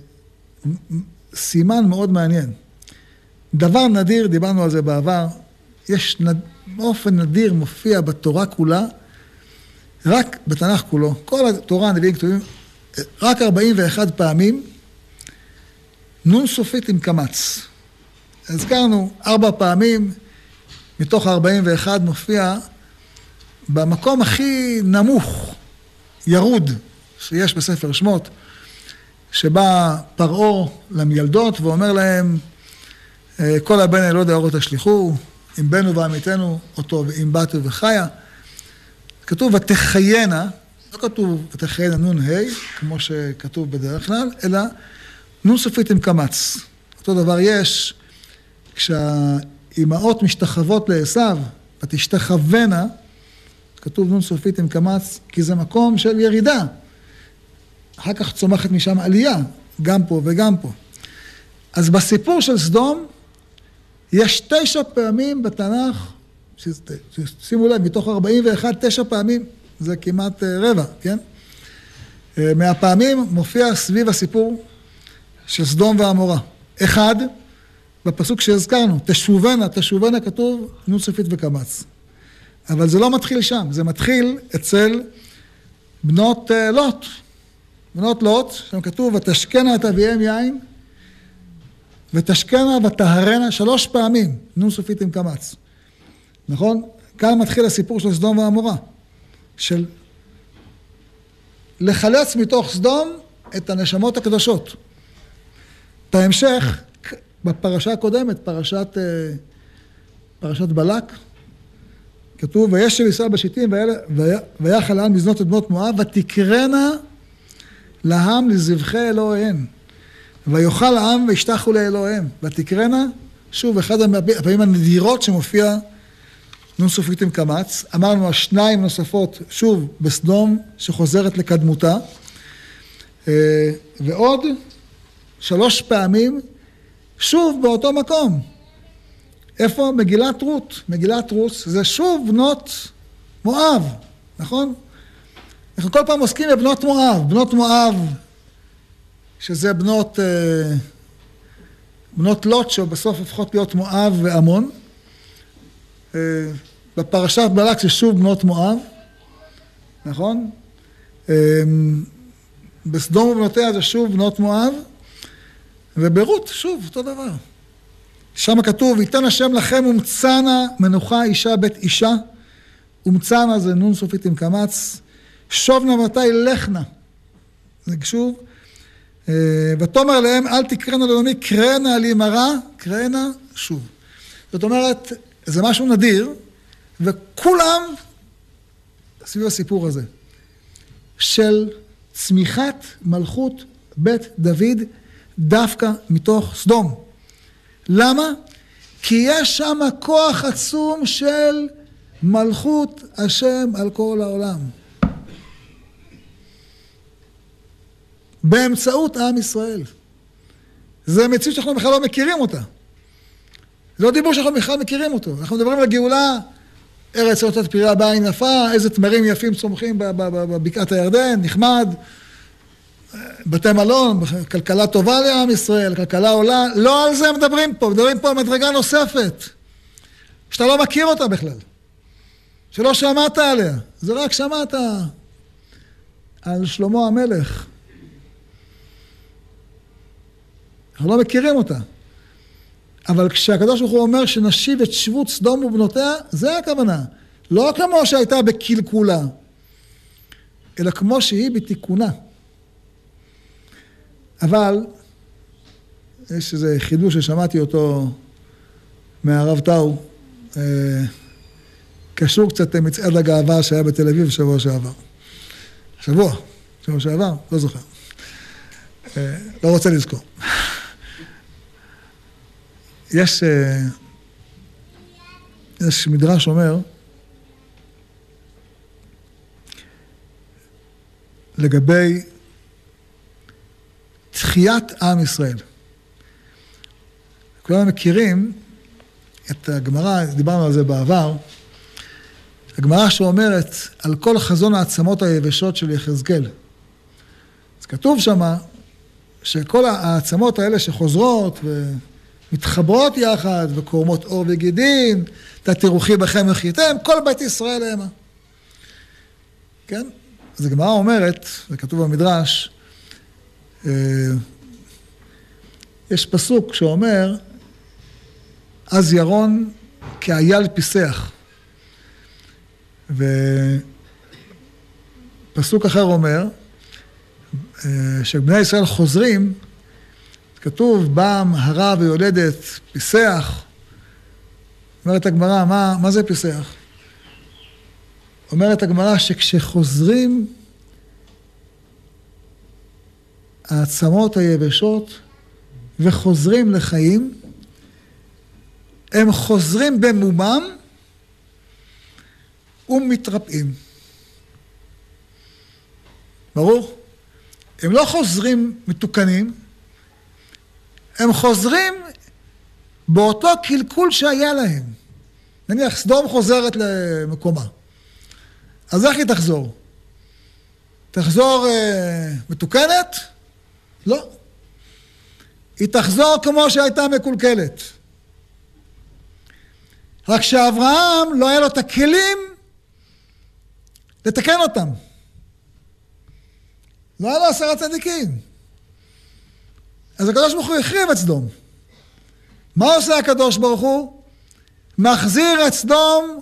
סימן מאוד מעניין. דבר נדיר, דיברנו על זה בעבר, יש נד... באופן נדיר מופיע בתורה כולה, רק בתנ"ך כולו, כל התורה הנביאים כתובים, רק ארבעים ואחת פעמים, נון סופית עם קמץ. הזכרנו ארבע פעמים, מתוך ארבעים ואחת מופיע במקום הכי נמוך, ירוד, שיש בספר שמות, שבא פרעה למילדות ואומר להם, כל הבן אלוהי דאורות תשליכו, אם בנו ועמיתנו אותו, ואם בתו וחיה. כתוב ותחיינה, לא כתוב ותחיינה נון ה', כמו שכתוב בדרך כלל, אלא נון סופית עם קמץ. אותו דבר יש, כשהאימהות משתחוות לעשיו, ותשתחוונה, כתוב נון סופית עם קמץ, כי זה מקום של ירידה. אחר כך צומחת משם עלייה, גם פה וגם פה. אז בסיפור של סדום, יש תשע פעמים בתנ"ך, שימו לב, מתוך ארבעים ואחת, תשע פעמים, זה כמעט רבע, כן? מהפעמים מופיע סביב הסיפור של סדום ועמורה. אחד, בפסוק שהזכרנו, תשובנה, תשובנה כתוב, נון סופית וקמץ. אבל זה לא מתחיל שם, זה מתחיל אצל בנות לוט. בנות לוט, שם כתוב, ותשקנה את אביהם יין, ותשקנה ותהרנה שלוש פעמים, נון סופית עם קמץ. נכון? כאן מתחיל הסיפור של סדום ועמורה, של לחלץ מתוך סדום את הנשמות הקדושות. בהמשך, בפרשה הקודמת, פרשת, פרשת בלק, כתוב, וישב ישראל בשיטים, ויחל העם לזנות את בנות מואב, ותקרנה לעם לזבחי אלוהיהן. ויאכל העם וישתחו לאלוהיהם. ותקרנה, שוב, אחד הפעמים הנדירות שמופיע נון סופית עם קמץ. אמרנו, השניים נוספות, שוב, בסדום, שחוזרת לקדמותה. ועוד שלוש פעמים, שוב באותו מקום. איפה? מגילת רות. מגילת רות זה שוב בנות מואב, נכון? אנחנו כל פעם עוסקים בבנות מואב. בנות מואב, שזה בנות, בנות לוט, שבסוף הופכות להיות מואב ועמון. בפרשת בלק זה שוב בנות מואב, נכון? בסדום ובנותיה זה שוב בנות מואב, וברות שוב אותו דבר. שם כתוב, ייתן השם לכם ומצאנה מנוחה אישה בית אישה, ומצאנה זה נון סופית עם קמץ, שובנה מתי לכנה. זה שוב, ותאמר להם, אל תקראנה לאדוני, קראנה על ימרה, קראנה שוב. זאת אומרת, זה משהו נדיר, וכולם סביב הסיפור הזה, של צמיחת מלכות בית דוד, דווקא מתוך סדום. למה? כי יש שם כוח עצום של מלכות השם על כל העולם. באמצעות עם ישראל. זה מציאות שאנחנו בכלל לא מכירים אותה. זה לא דיבור שאנחנו בכלל מכירים אותו. אנחנו מדברים על גאולה, ארץ אותת פרייה בעין יפה, איזה תמרים יפים צומחים בבקעת הירדן, נחמד, בתי מלון, כלכלה טובה לעם ישראל, כלכלה עולה, לא על זה מדברים פה, מדברים פה על מדרגה נוספת, שאתה לא מכיר אותה בכלל, שלא שמעת עליה, זה רק שמעת על שלמה המלך. אנחנו לא מכירים אותה. אבל כשהקדוש ברוך הוא אומר שנשיב את שבות סדום ובנותיה, זה הכוונה. לא כמו שהייתה בקלקולה, אלא כמו שהיא בתיקונה. אבל, יש איזה חידוש ששמעתי אותו מהרב טאו, אה, קשור קצת מצעד הגאווה שהיה בתל אביב שבוע שעבר. שבוע, שבוע שעבר, לא זוכר. אה, לא רוצה לזכור. יש, יש מדרש אומר, לגבי תחיית עם ישראל. כולם מכירים את הגמרא, דיברנו על זה בעבר, הגמרא שאומרת על כל חזון העצמות היבשות של יחזקאל. אז כתוב שמה שכל העצמות האלה שחוזרות ומתחברות יחד וקורמות אור וגידין, תתירוכי בכם וחיתם, כל בית ישראל המה. כן? אז הגמרא אומרת, זה כתוב במדרש, יש פסוק שאומר, אז ירון כאייל פיסח. ופסוק אחר אומר, שבני ישראל חוזרים, כתוב, בם, הרה ויולדת, פיסח. אומרת הגמרא, מה, מה זה פיסח? אומרת הגמרא שכשחוזרים העצמות היבשות וחוזרים לחיים, הם חוזרים במומם ומתרפאים. ברור? הם לא חוזרים מתוקנים, הם חוזרים באותו קלקול שהיה להם. נניח, סדום חוזרת למקומה. אז איך היא תחזור? תחזור אה, מתוקנת? לא. היא תחזור כמו שהייתה מקולקלת. רק שאברהם לא היה לו את הכלים לתקן אותם. לא היה לו עשרה צדיקים. אז הקדוש ברוך הוא החריב את סדום. מה עושה הקדוש ברוך הוא? מחזיר את סדום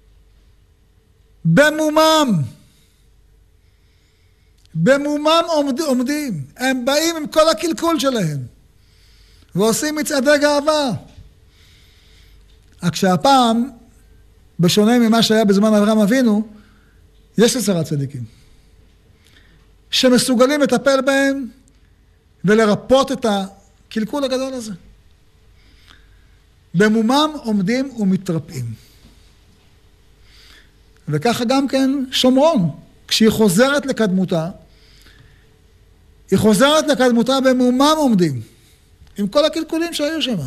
במומם. במומם עומד, עומדים. הם באים עם כל הקלקול שלהם. ועושים מצעדי גאווה. רק שהפעם, בשונה ממה שהיה בזמן אברהם אבינו, יש עשרה צדיקים. שמסוגלים לטפל בהם ולרפות את הקלקול הגדול הזה. במומם עומדים ומתרפאים. וככה גם כן שומרון, כשהיא חוזרת לקדמותה, היא חוזרת לקדמותה במומם עומדים, עם כל הקלקולים שהיו שם.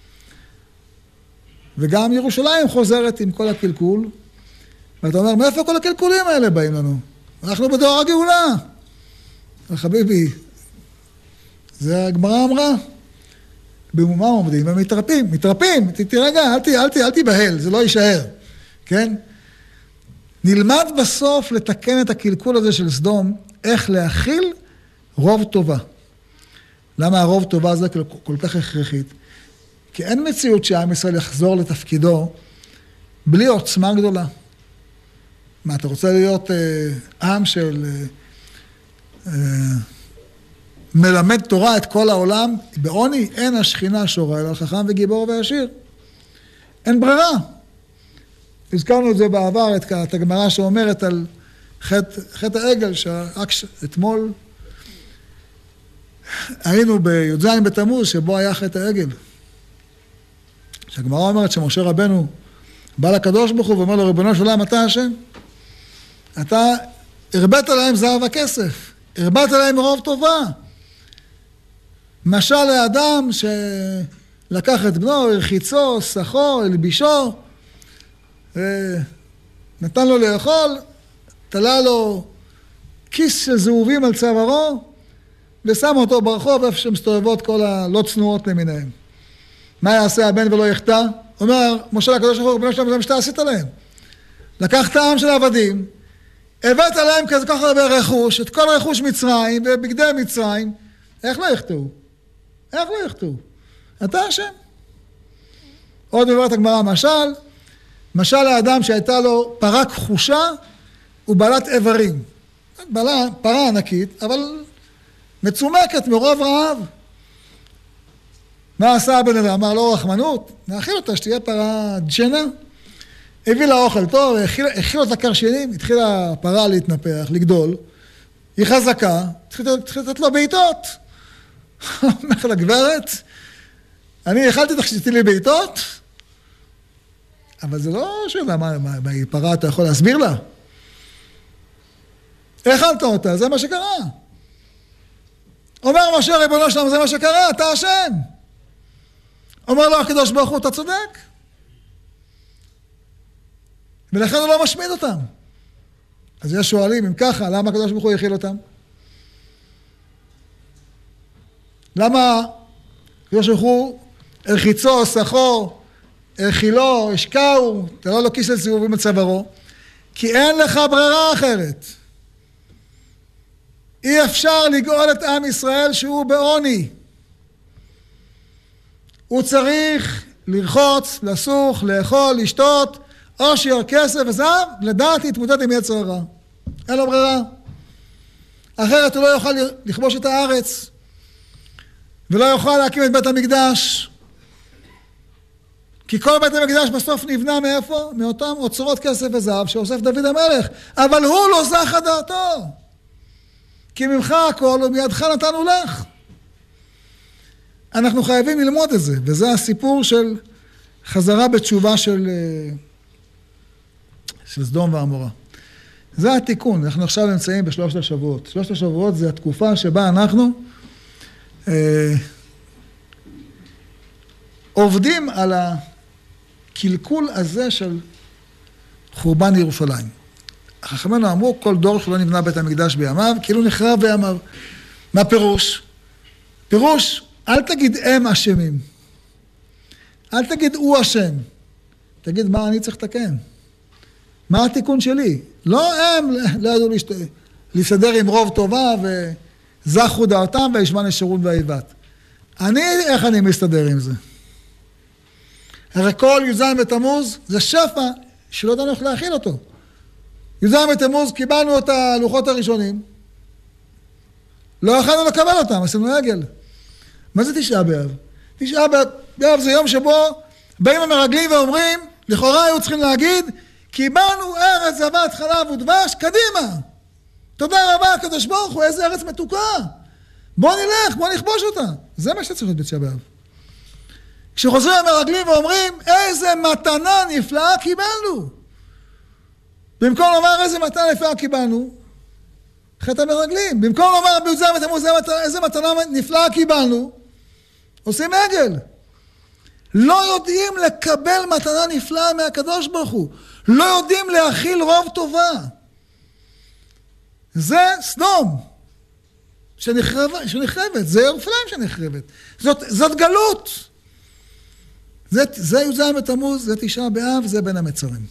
וגם ירושלים חוזרת עם כל הקלקול, ואתה אומר, מאיפה כל הקלקולים האלה באים לנו? אנחנו בדור הגאולה. חביבי, זה הגמרא אמרה, במומם עומדים ומתרפאים, מתרפאים, תרגע, אל, אל, אל, אל תיבהל, זה לא יישאר, כן? נלמד בסוף לתקן את הקלקול הזה של סדום, איך להכיל רוב טובה. למה הרוב טובה זה כל, כל כך הכרחית? כי אין מציאות שעם ישראל יחזור לתפקידו בלי עוצמה גדולה. מה, אתה רוצה להיות אה, עם של אה, אה, מלמד תורה את כל העולם? בעוני אין השכינה שורה, אלא חכם וגיבור ועשיר. אין ברירה. הזכרנו את זה בעבר, את, את הגמרא שאומרת על חטא, חטא העגל, שרק אתמול היינו בי"ז בתמוז, שבו היה חטא העגל. שהגמרא אומרת שמשה רבנו בא לקדוש ברוך הוא ואומר לו, ריבונו של עולם, אתה השם? אתה הרבאת להם זהב וכסף, הרבאת להם מרוב טובה. משל לאדם שלקח את בנו, הרחיצו, שכו, הלבישו, נתן לו לאכול, תלה לו כיס של זהובים על צווארו, ושם אותו ברחוב איפה שמסתובבות כל הלא צנועות למיניהם. מה יעשה הבן ולא יחטא? אומר, משה לקדוש ברוך הוא, רבנו שלנו, זה מה שאתה עשית להם. לקח את העם של העבדים, הבאת להם כזה כך הרבה רכוש, את כל רכוש מצרים ובגדי מצרים, איך לא יחטאו? איך לא יחטאו? אתה השם. עוד מברת הגמרא, משל, משל האדם שהייתה לו פרה כחושה ובעלת איברים. בעלה, פרה ענקית, אבל מצומקת מרוב רעב. מה עשה הבן אדם? אמר לו רחמנות, נאכיל אותה שתהיה פרה דשנה. הביא לה אוכל טוב, הכיל אותה קרשנים, התחילה הפרה להתנפח, לגדול. היא חזקה, התחילה לתת לו בעיטות. אומר לה, גברת, אני אכלתי אותך שתתתי לי בעיטות, אבל זה לא שאלה, מה, מה, מה היא פרה, אתה יכול להסביר לה? אכלת אותה, זה מה שקרה. אומר משה ריבונו שלם, זה מה שקרה, אתה אשם. אומר לו הקדוש ברוך הוא, אתה צודק. ולכן הוא לא משמיד אותם. אז יש שואלים, אם ככה, למה הקדוש ברוך הוא יכיל אותם? למה הקדוש ברוך הוא הרחיצו, סחו, הרכילו, השקעו, תראה לו כיס לסיבובים מצווארו, כי אין לך ברירה אחרת. אי אפשר לגאול את עם ישראל שהוא בעוני. הוא צריך לרחוץ, לסוך, לאכול, לשתות, עושר, כסף וזהב, לדעת להתמודד עם יצר הרע. אין לו ברירה. אחרת הוא לא יוכל לכבוש את הארץ, ולא יוכל להקים את בית המקדש. כי כל בית המקדש בסוף נבנה מאיפה? מאותם אוצרות כסף וזהב שאוסף דוד המלך. אבל הוא לא זכה דעתו. כי ממך הכל ומידך נתנו לך. אנחנו חייבים ללמוד את זה, וזה הסיפור של חזרה בתשובה של, של סדום ועמורה. זה התיקון. אנחנו עכשיו נמצאים בשלושת השבועות. שלושת השבועות זה התקופה שבה אנחנו אה, עובדים על הקלקול הזה של חורבן ירושלים. חכמינו אמרו, כל דור שלא נבנה בית המקדש בימיו, כאילו נחרב בימיו. מה פירוש? פירוש, אל תגיד הם אשמים. אל תגיד הוא אשם. תגיד מה אני צריך לתקן. מה התיקון שלי? לא הם לא ידעו להשת... להסתדר עם רוב טובה וזכו דעתם וישמן ישרון ואיבת. אני, איך אני מסתדר עם זה? הרי כל י"ז בתמוז זה שפע שלא ידענו איך להכיל אותו. י"ז בתמוז קיבלנו את הלוחות הראשונים, לא יכולנו לקבל אותם, עשינו עגל. מה זה תשעה באב? תשעה באב זה יום שבו באים המרגלים ואומרים, לכאורה היו צריכים להגיד, קיבלנו ארץ זבת חלב ודבש, קדימה. תודה רבה הקדוש ברוך הוא, איזה ארץ מתוקה. בוא נלך, בוא נכבוש אותה. זה מה שצריך להיות בתשעה באב. כשחוזרים המרגלים ואומרים, איזה מתנה נפלאה קיבלנו. במקום לומר איזה מתנה נפלאה קיבלנו, חטא המרגלים. במקום לומר בי"ז בתמוז איזה מתנה נפלאה קיבלנו, עושים עגל. לא יודעים לקבל מתנה נפלאה מהקדוש ברוך הוא. לא יודעים להכיל רוב טובה. זה סדום שנחרבת, שנחרבת. זה ירושלים שנחרבת. זאת, זאת גלות. זה, זה י"ז בתמוז, זה תשעה באב, זה בין המצרים.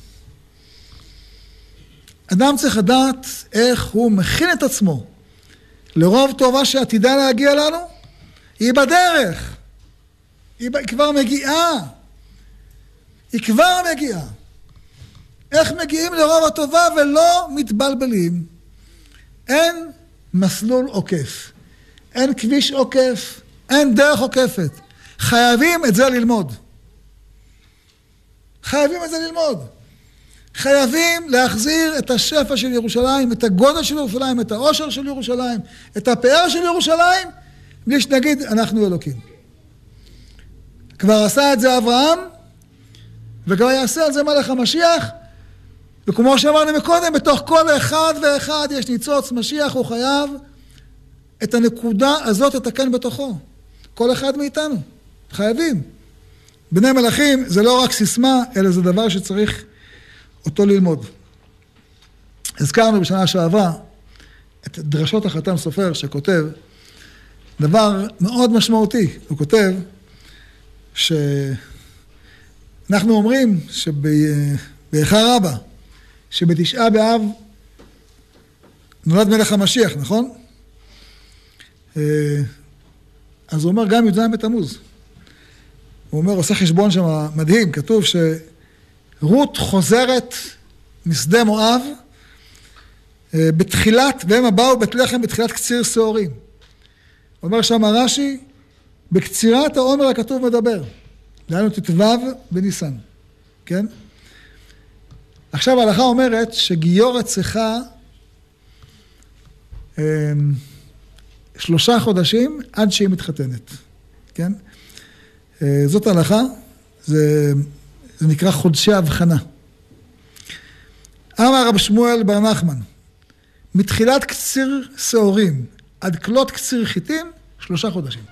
אדם צריך לדעת איך הוא מכין את עצמו לרוב טובה שעתידה להגיע לנו. היא בדרך. היא כבר מגיעה. היא כבר מגיעה. איך מגיעים לרוב הטובה ולא מתבלבלים? אין מסלול עוקף. אין כביש עוקף. אין דרך עוקפת. חייבים את זה ללמוד. חייבים את זה ללמוד. חייבים להחזיר את השפע של ירושלים, את הגודל של ירושלים, את העושר של ירושלים, את הפאר של ירושלים, בלי שנגיד, אנחנו אלוקים. כבר עשה את זה אברהם, וכבר יעשה על זה מלך המשיח, וכמו שאמרנו מקודם, בתוך כל אחד ואחד יש ניצוץ משיח, הוא חייב את הנקודה הזאת לתקן בתוכו. כל אחד מאיתנו. חייבים. בני מלכים זה לא רק סיסמה, אלא זה דבר שצריך אותו ללמוד. הזכרנו בשנה שעברה את דרשות החתם סופר שכותב דבר מאוד משמעותי. הוא כותב שאנחנו אומרים שבאיכה רבה, שבתשעה באב נולד מלך המשיח, נכון? אז הוא אומר גם י"ז בתמוז. הוא אומר, עושה חשבון שם מדהים, כתוב שרות חוזרת משדה מואב בתחילת, והם באו בית לחם בתחילת קציר שעורים. הוא אומר שם רש"י, בקצירת העומר הכתוב מדבר. דהיינו ט"ו בניסן, כן? עכשיו ההלכה אומרת שגיורת צריכה אה, שלושה חודשים עד שהיא מתחתנת, כן? אה, זאת ההלכה, זה, זה נקרא חודשי הבחנה. אמר רב שמואל בר נחמן, מתחילת קציר שעורים עד כלות קציר חיטים, שלושה חודשים.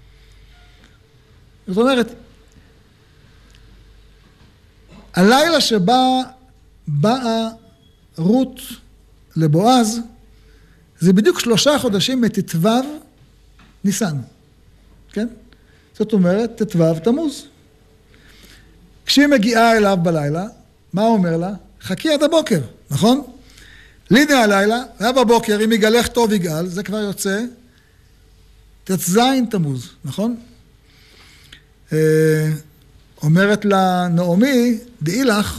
זאת אומרת, הלילה שבה באה רות לבועז, זה בדיוק שלושה חודשים מתתוו ניסן, כן? זאת אומרת, תתוו תמוז. כשהיא מגיעה אליו בלילה, מה הוא אומר לה? חכי עד הבוקר, נכון? לידי הלילה, היה בבוקר, אם יגלך טוב יגאל, זה כבר יוצא, תצ"ז תמוז, נכון? אומרת לה נעמי, דעי לך,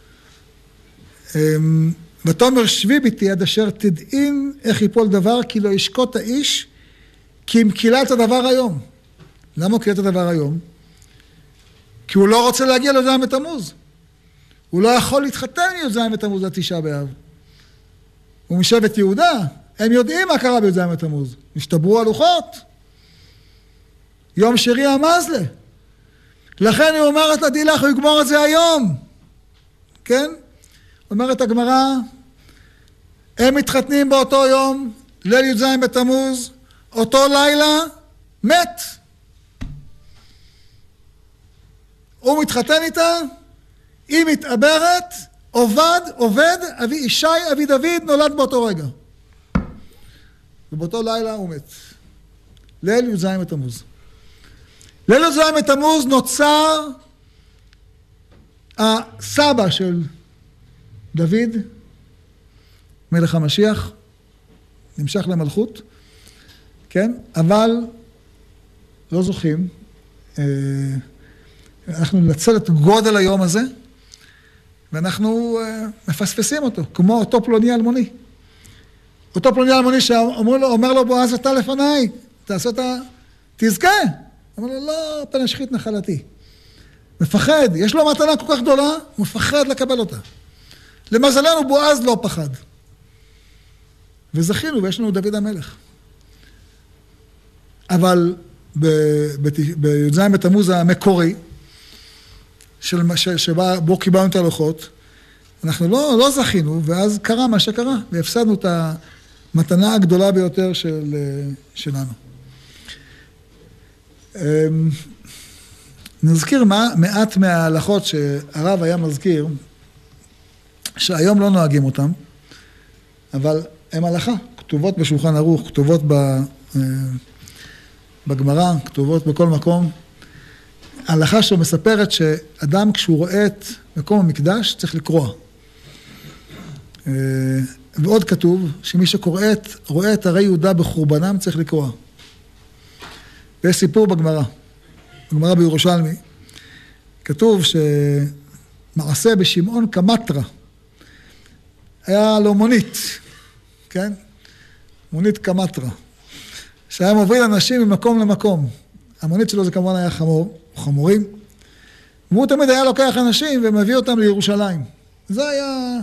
ותאמר שבי ביתי עד אשר תדעין איך יפול דבר, כי לא ישקוט האיש, כי אם קילה את הדבר היום. למה הוא קילה את הדבר היום? כי הוא לא רוצה להגיע לי"ז בתמוז. הוא לא יכול להתחתן מי"ז בתמוז לתשעה באב. הוא משבט יהודה, הם יודעים מה קרה בי"ז בתמוז. נשתברו הלוחות. יום שרי המזלה. לכן היא אומרת לה, דעי לך, הוא יגמור את זה היום. כן? אומרת הגמרא, הם מתחתנים באותו יום, ליל י"ז בתמוז, אותו לילה, מת. הוא מתחתן איתה, היא מתעברת, עובד, עובד, אבי ישי, אבי דוד, נולד באותו רגע. ובאותו לילה הוא מת. ליל י"ז בתמוז. ליל י"ז בתמוז נוצר הסבא של דוד, מלך המשיח, נמשך למלכות, כן? אבל לא זוכים. אנחנו ננצל את גודל היום הזה, ואנחנו מפספסים אותו, כמו אותו פלוני אלמוני. אותו פלוני אלמוני שאומר לו, בועז, אתה לפניי, תעשה את ה... תזכה. אומר לו, לא, פן השחית נחלתי. מפחד, יש לו מתנה כל כך גדולה, הוא מפחד לקבל אותה. למזלנו, בועז לא פחד. וזכינו, ויש לנו דוד המלך. אבל בי"ז בתמוז המקורי, שבה בו קיבלנו את הלוחות, אנחנו לא, לא זכינו, ואז קרה מה שקרה, והפסדנו את המתנה הגדולה ביותר של, שלנו. נזכיר מה, מעט מההלכות שהרב היה מזכיר, שהיום לא נוהגים אותם, אבל הם הלכה, כתובות בשולחן ערוך, כתובות בגמרא, כתובות בכל מקום. ההלכה שמספרת שאדם כשהוא רואה את מקום המקדש צריך לקרוע. ועוד כתוב שמי שקורא את, רואה את הרי יהודה בחורבנם צריך לקרוע. ויש סיפור בגמרא, בגמרא בירושלמי, כתוב שמעשה בשמעון קמטרה, היה לו מונית, כן? מונית קמטרה, שהיה מוביל אנשים ממקום למקום. המונית שלו זה כמובן היה חמור, או חמורים, והוא תמיד היה לוקח אנשים ומביא אותם לירושלים. זה היה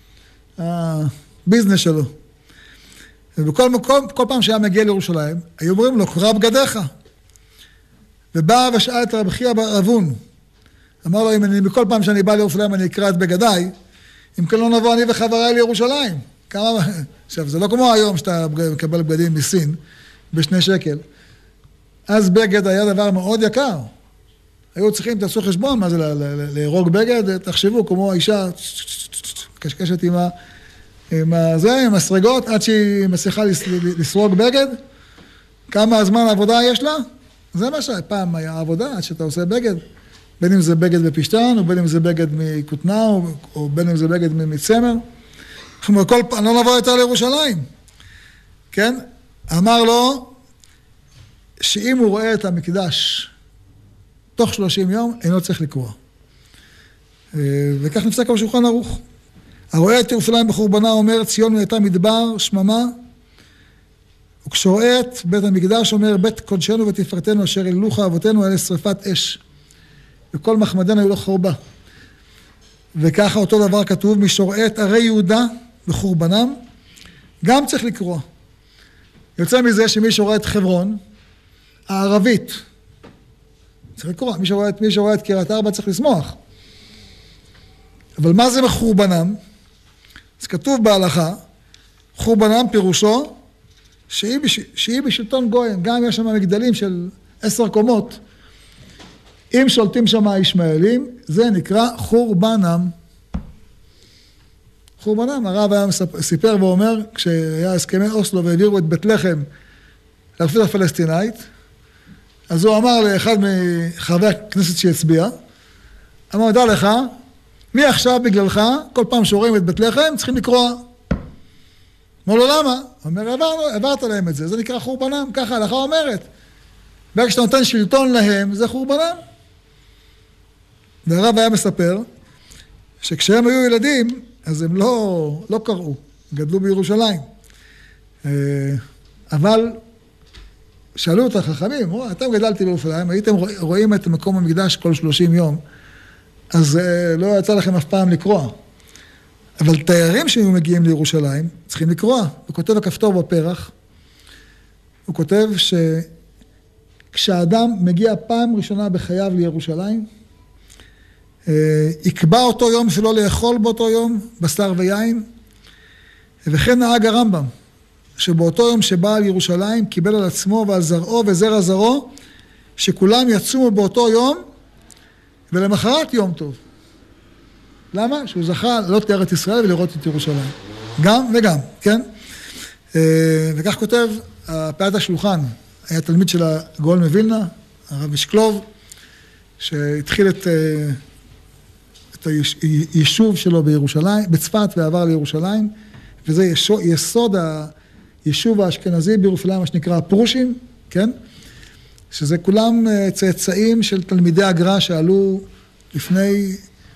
הביזנס שלו. ובכל מקום, כל פעם שהיה מגיע לירושלים, היו אומרים לו, קרע בגדיך. ובא ושאל את רבי חייא בר אבון, אמר לו, אם אני, בכל פעם שאני בא לירושלים אני אקרא את בגדיי, אם כן לא נבוא אני וחבריי לירושלים. כמה... עכשיו, זה לא כמו היום שאתה מקבל בגדים מסין, בשני שקל. אז בגד היה דבר מאוד יקר. היו צריכים, תעשו חשבון, מה זה, להרוג בגד, תחשבו, כמו האישה, קשקשת עם ה... עם זה, עם הסרגות, עד שהיא מצליחה לסרוג בגד. כמה זמן העבודה יש לה? זה מה שפעם היה העבודה, עד שאתה עושה בגד. בין אם זה בגד בפשטן, או בין אם זה בגד מכותנה, או, או בין אם זה בגד מצמר. אנחנו כל פעם, לא נבוא יותר לירושלים. כן? אמר לו, שאם הוא רואה את המקדש תוך שלושים יום, אינו צריך לקרוע. וכך נפסק בשולחן ערוך. הרואה את ירושלים בחורבנה אומר, ציון הייתה מדבר, שממה, וכשרואה את בית המקדש אומר, בית קודשנו ותפארתנו אשר היללוך אבותינו אלה שריפת אש. וכל מחמדנו היו לו חורבה. וככה אותו דבר כתוב, מי שרואה את ערי יהודה בחורבנם, גם צריך לקרוע. יוצא מזה שמי שרואה את חברון, הערבית, צריך לקרוע. מי שרואה את, מי שרואה את קריית ארבע צריך לשמוח. אבל מה זה מחורבנם? אז כתוב בהלכה, חורבנם פירושו, שהיא, בש... שהיא בשלטון גויין, גם יש שם מגדלים של עשר קומות, אם שולטים שם הישמעאלים, זה נקרא חורבנם. חורבנם, הרב היה סיפר ואומר, כשהיה הסכמי אוסלו והעבירו את בית לחם לרשות הפלסטינאית, אז הוא אמר לאחד מחברי הכנסת שהצביע, אמר, דע לך, מי עכשיו בגללך, כל פעם שרואים את בית לחם, צריכים לקרוע. אמר לו, למה? הוא אומר, עברנו, עברת להם את זה, זה נקרא חורבנם, ככה ההלכה אומרת. ברגע שאתה נותן שלטון להם, זה חורבנם. והרב היה מספר, שכשהם היו ילדים, אז הם לא, לא קראו, גדלו בירושלים. אבל שאלו את החכמים, אתם גדלתי בירושלים, הייתם רואים את מקום המקדש כל שלושים יום, אז לא יצא לכם אף פעם לקרוא. אבל תיירים שהיו מגיעים לירושלים, צריכים לקרוא. הוא כותב הכפתור בפרח, הוא כותב שכשאדם מגיע פעם ראשונה בחייו לירושלים, יקבע אותו יום שלא לאכול באותו יום, בשר ויין, וכן נהג הרמב"ם, שבאותו יום שבא לירושלים, קיבל על עצמו ועל זרעו וזרע זרעו, שכולם יצומו באותו יום, ולמחרת יום טוב. למה? שהוא זכה לעלות לארץ ישראל ולראות את ירושלים. גם וגם, כן? וכך כותב פאת השלוחן, היה תלמיד של הגאון מווילנה, הרב משקלוב, שהתחיל את, את היישוב שלו בירושלים, בצפת ועבר לירושלים, וזה יסוד היישוב האשכנזי בירושלים, מה שנקרא הפרושים, כן? שזה כולם צאצאים של תלמידי הגר"א שעלו לפני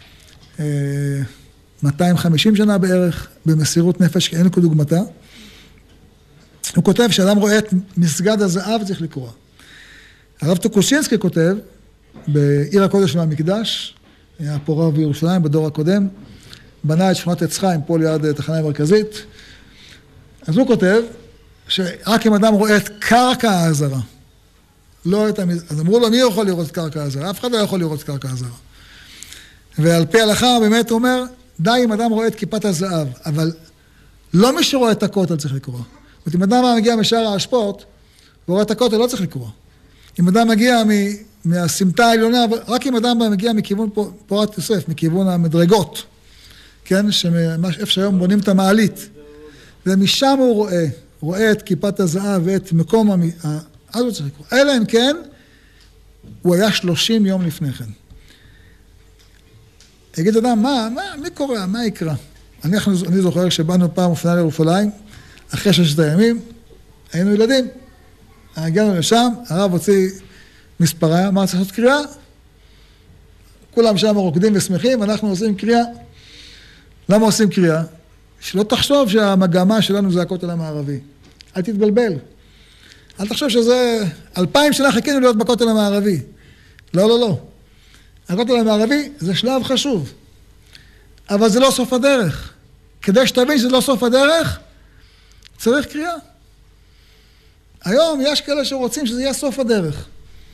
מאתיים וחמישים שנה בערך, במסירות נפש שאין כדוגמתה. הוא כותב שאדם רואה את מסגד הזהב צריך לקרוא. הרב טוקושינסקי כותב, בעיר הקודש והמקדש, היה פה רב בירושלים בדור הקודם, בנה את שכונת עץ חיים פה ליד תחנה מרכזית, אז הוא כותב שרק אם אדם רואה את קרקע ההזרה, לא את המז... אז אמרו לו, מי יכול לראות את קרקע הזרה? אף אחד לא יכול לראות את קרקע הזרה. ועל פי ההלכה באמת הוא אומר, די אם אדם רואה את כיפת הזהב, אבל לא מי שרואה את הכותל צריך לקרוא. זאת אומרת, אם אדם מגיע משער האשפות, ורואה את הכותל לא צריך לקרוא. אם אדם מגיע מ... מהסמטה העליונה, רק אם אדם מגיע מכיוון פורת יוסף, מכיוון המדרגות, כן? איפה שהיום בונים את המעלית. ומשם הוא רואה, רואה את כיפת הזהב ואת מקום המ... אז הוא צריך לקרוא. אלא אם כן, הוא היה שלושים יום לפני כן. יגיד אדם, מה, מה, מי קורא, מה יקרא? אני, אני זוכר שבאנו פעם אופנה לירושלים, אחרי ששת הימים, היינו ילדים. הגענו לשם, הרב הוציא מספריה, מה צריך לעשות קריאה? כולם שם רוקדים ושמחים, אנחנו עושים קריאה. למה עושים קריאה? שלא תחשוב שהמגמה שלנו זה הכותל המערבי. אל תתבלבל. אל תחשוב שזה אלפיים שנה חיכינו להיות בכותל המערבי. לא, לא, לא. הכותל המערבי זה שלב חשוב. אבל זה לא סוף הדרך. כדי שתבין שזה לא סוף הדרך, צריך קריאה. היום יש כאלה שרוצים שזה יהיה סוף הדרך.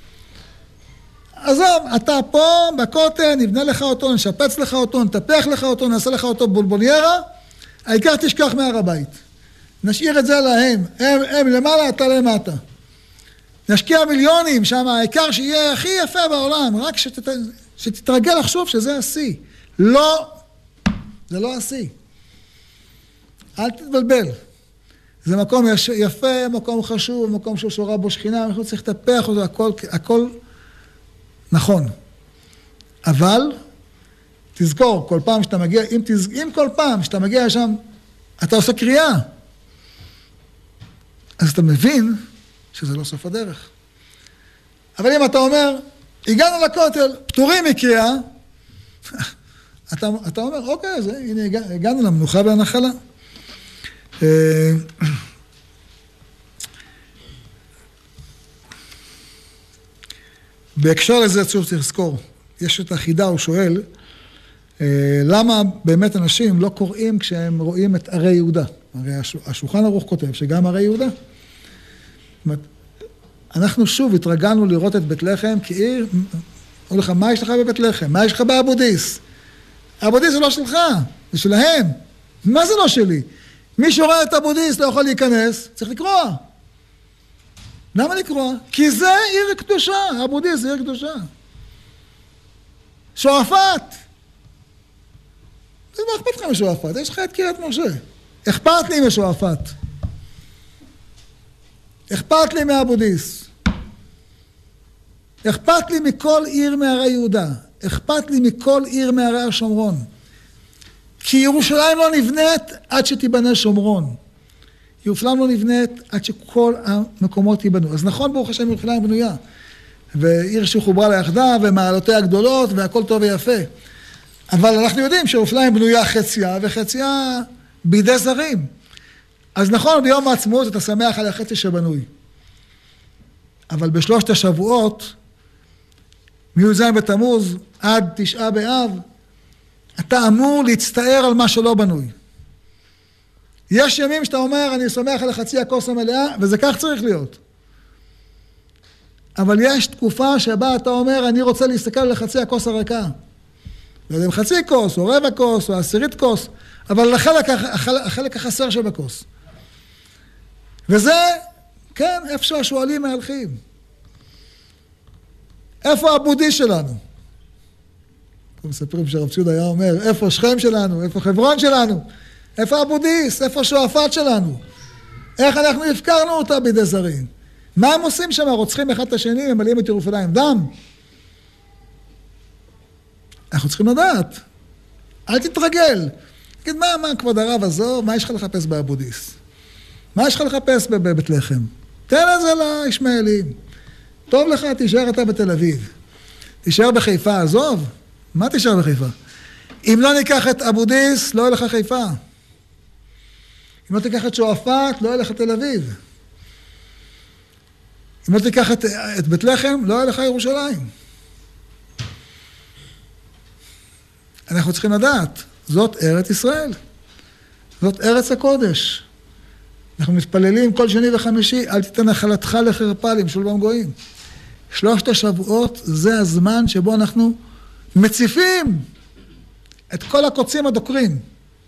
עזוב, אתה פה בכותל, נבנה לך אותו, נשפץ לך אותו, נטפח לך אותו, נעשה לך אותו בולבוליירה, העיקר תשכח מהר הבית. נשאיר את זה להם, הם, הם למעלה, אתה למטה. נשקיע מיליונים שם, העיקר שיהיה הכי יפה בעולם, רק שתת, שתתרגל לחשוב שזה השיא. לא, זה לא השיא. אל תתבלבל. זה מקום יפה, מקום חשוב, מקום ששורה בו שכינה, אנחנו צריך לטפח אותו, הכל, הכל נכון. אבל תזכור, כל פעם שאתה מגיע, אם, תז... אם כל פעם שאתה מגיע לשם, אתה עושה קריאה. אז אתה מבין שזה לא סוף הדרך. אבל אם אתה אומר, הגענו לכותל, פטורים מקריאה, אתה, אתה אומר, אוקיי, אז הנה, הגענו למנוחה והנחלה. בהקשר לזה צריך לזכור, יש את החידה, הוא שואל, למה באמת אנשים לא קוראים כשהם רואים את ערי יהודה? הרי השולחן ערוך כותב שגם ערי יהודה. זאת אומרת, אנחנו שוב התרגלנו לראות את בית לחם כעיר, אומר לך, מה יש לך בבית לחם? מה יש לך באבודיס? אבודיס זה לא שלך, זה שלהם. מה זה לא שלי? מי שרואה את אבודיס לא יכול להיכנס, צריך לקרוא. למה לקרוע? כי זה עיר קדושה, אבו דיס זה עיר קדושה. שועפאט. זה לא אכפת לך משועפאט, יש לך את קריית משה. אכפת לי משועפאט. אכפת לי מאבו דיס. אכפת לי מכל עיר מערי יהודה. אכפת לי מכל עיר מערי השומרון. כי ירושלים לא נבנית עד שתיבנה שומרון. ירושלים לא נבנית עד שכל המקומות ייבנו. אז נכון, ברוך השם, ירושלים בנויה. ועיר שחוברה ליחדה ומעלותיה הגדולות והכל טוב ויפה. אבל אנחנו יודעים שירושלים בנויה חציה וחציה בידי זרים. אז נכון, ביום העצמאות אתה שמח על החצי שבנוי. אבל בשלושת השבועות, מי"ז בתמוז עד תשעה באב, אתה אמור להצטער על מה שלא בנוי. יש ימים שאתה אומר, אני שמח על החצי הכוס המלאה, וזה כך צריך להיות. אבל יש תקופה שבה אתה אומר, אני רוצה להסתכל על החצי הכוס הריקה. לא יודע אם חצי כוס, או רבע כוס, או עשירית כוס, אבל החלק, החלק החסר שבכוס. וזה, כן, איפה שהשואלים מהלכים. איפה הבודי שלנו? אנחנו מספרים שהרב ציודה היה אומר, איפה שכם שלנו, איפה חברון שלנו, איפה הבודיס, איפה שועפאט שלנו? איך אנחנו הפקרנו אותה בידי זרים? מה הם עושים שם? רוצחים אחד את השני, ממלאים את ירושלים דם? אנחנו צריכים לדעת. אל תתרגל. תגיד, מה, מה, כבוד הרב הזו, מה יש לך לחפש באבודיס? מה יש לך לחפש בבית לחם? תן את זה לישמעאלים. טוב לך, תישאר אתה בתל אביב. תישאר בחיפה, עזוב. מה תישאר בחיפה? אם לא ניקח את אבודיס, לא יהיה לך חיפה. אם לא תיקח את שועפאט, לא יהיה לך תל אביב. אם לא תיקח את, את בית לחם, לא יהיה לך ירושלים. אנחנו צריכים לדעת, זאת ארץ ישראל. זאת ארץ הקודש. אנחנו מתפללים כל שני וחמישי, אל תיתן נחלתך לחרפה למשול בם גויים. שלושת השבועות זה הזמן שבו אנחנו מציפים את כל הקוצים הדוקרים.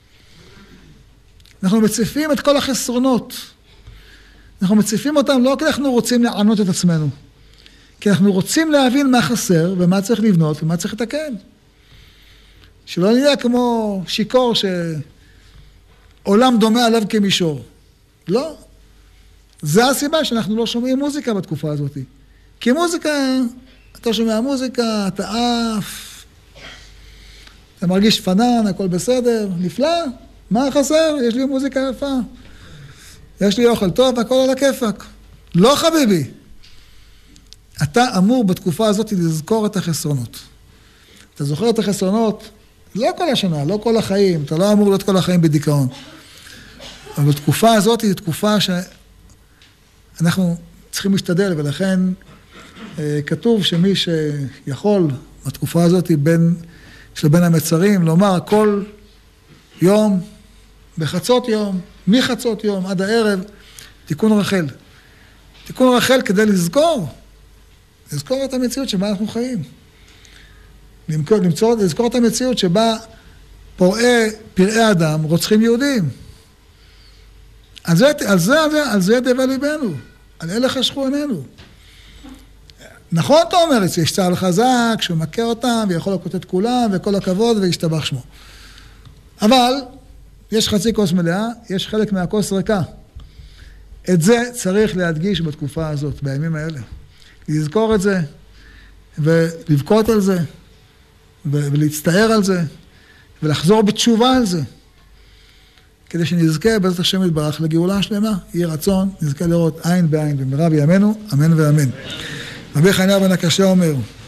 אנחנו מציפים את כל החסרונות. אנחנו מציפים אותם לא כי אנחנו רוצים לענות את עצמנו, כי אנחנו רוצים להבין מה חסר ומה צריך לבנות ומה צריך לתקן. שלא נהיה כמו שיקור שעולם דומה עליו כמישור. לא. זה הסיבה שאנחנו לא שומעים מוזיקה בתקופה הזאת. כי מוזיקה, אתה שומע מוזיקה, אתה עף, אתה מרגיש פנן, הכל בסדר, נפלא. מה חסר? יש לי מוזיקה יפה. יש לי אוכל טוב, הכל על הכיפק. לא חביבי. אתה אמור בתקופה הזאת לזכור את החסרונות. אתה זוכר את החסרונות, לא כל השנה, לא כל החיים, אתה לא אמור להיות כל החיים בדיכאון. אבל בתקופה הזאת היא תקופה שאנחנו צריכים להשתדל, ולכן אה, כתוב שמי שיכול בתקופה הזאת בין, של בין המצרים, לומר כל יום, בחצות יום, מחצות יום עד הערב, תיקון רחל. תיקון רחל כדי לזכור, לזכור את המציאות שבה אנחנו חיים. למצוא, לזכור את המציאות שבה פורעי, פרעי אדם, רוצחים יהודים. על זה, על זה, על זה, על זה דבע ליבנו. על אלה חשכו עינינו. נכון, אתה אומר, יש צהל חזק, שהוא מכיר אותם, ויכול לקוט את כולם, וכל הכבוד, וישתבח שמו. אבל, יש חצי כוס מלאה, יש חלק מהכוס ריקה. את זה צריך להדגיש בתקופה הזאת, בימים האלה. לזכור את זה, ולבכות על זה, ולהצטער על זה, ולחזור בתשובה על זה. כדי שנזכה בעזרת השם יתברך לגאולה השלמה, יהי רצון, נזכה לראות עין בעין, במהרה בימינו, אמן ואמן. רבי חנינא בן עקשיא אומר,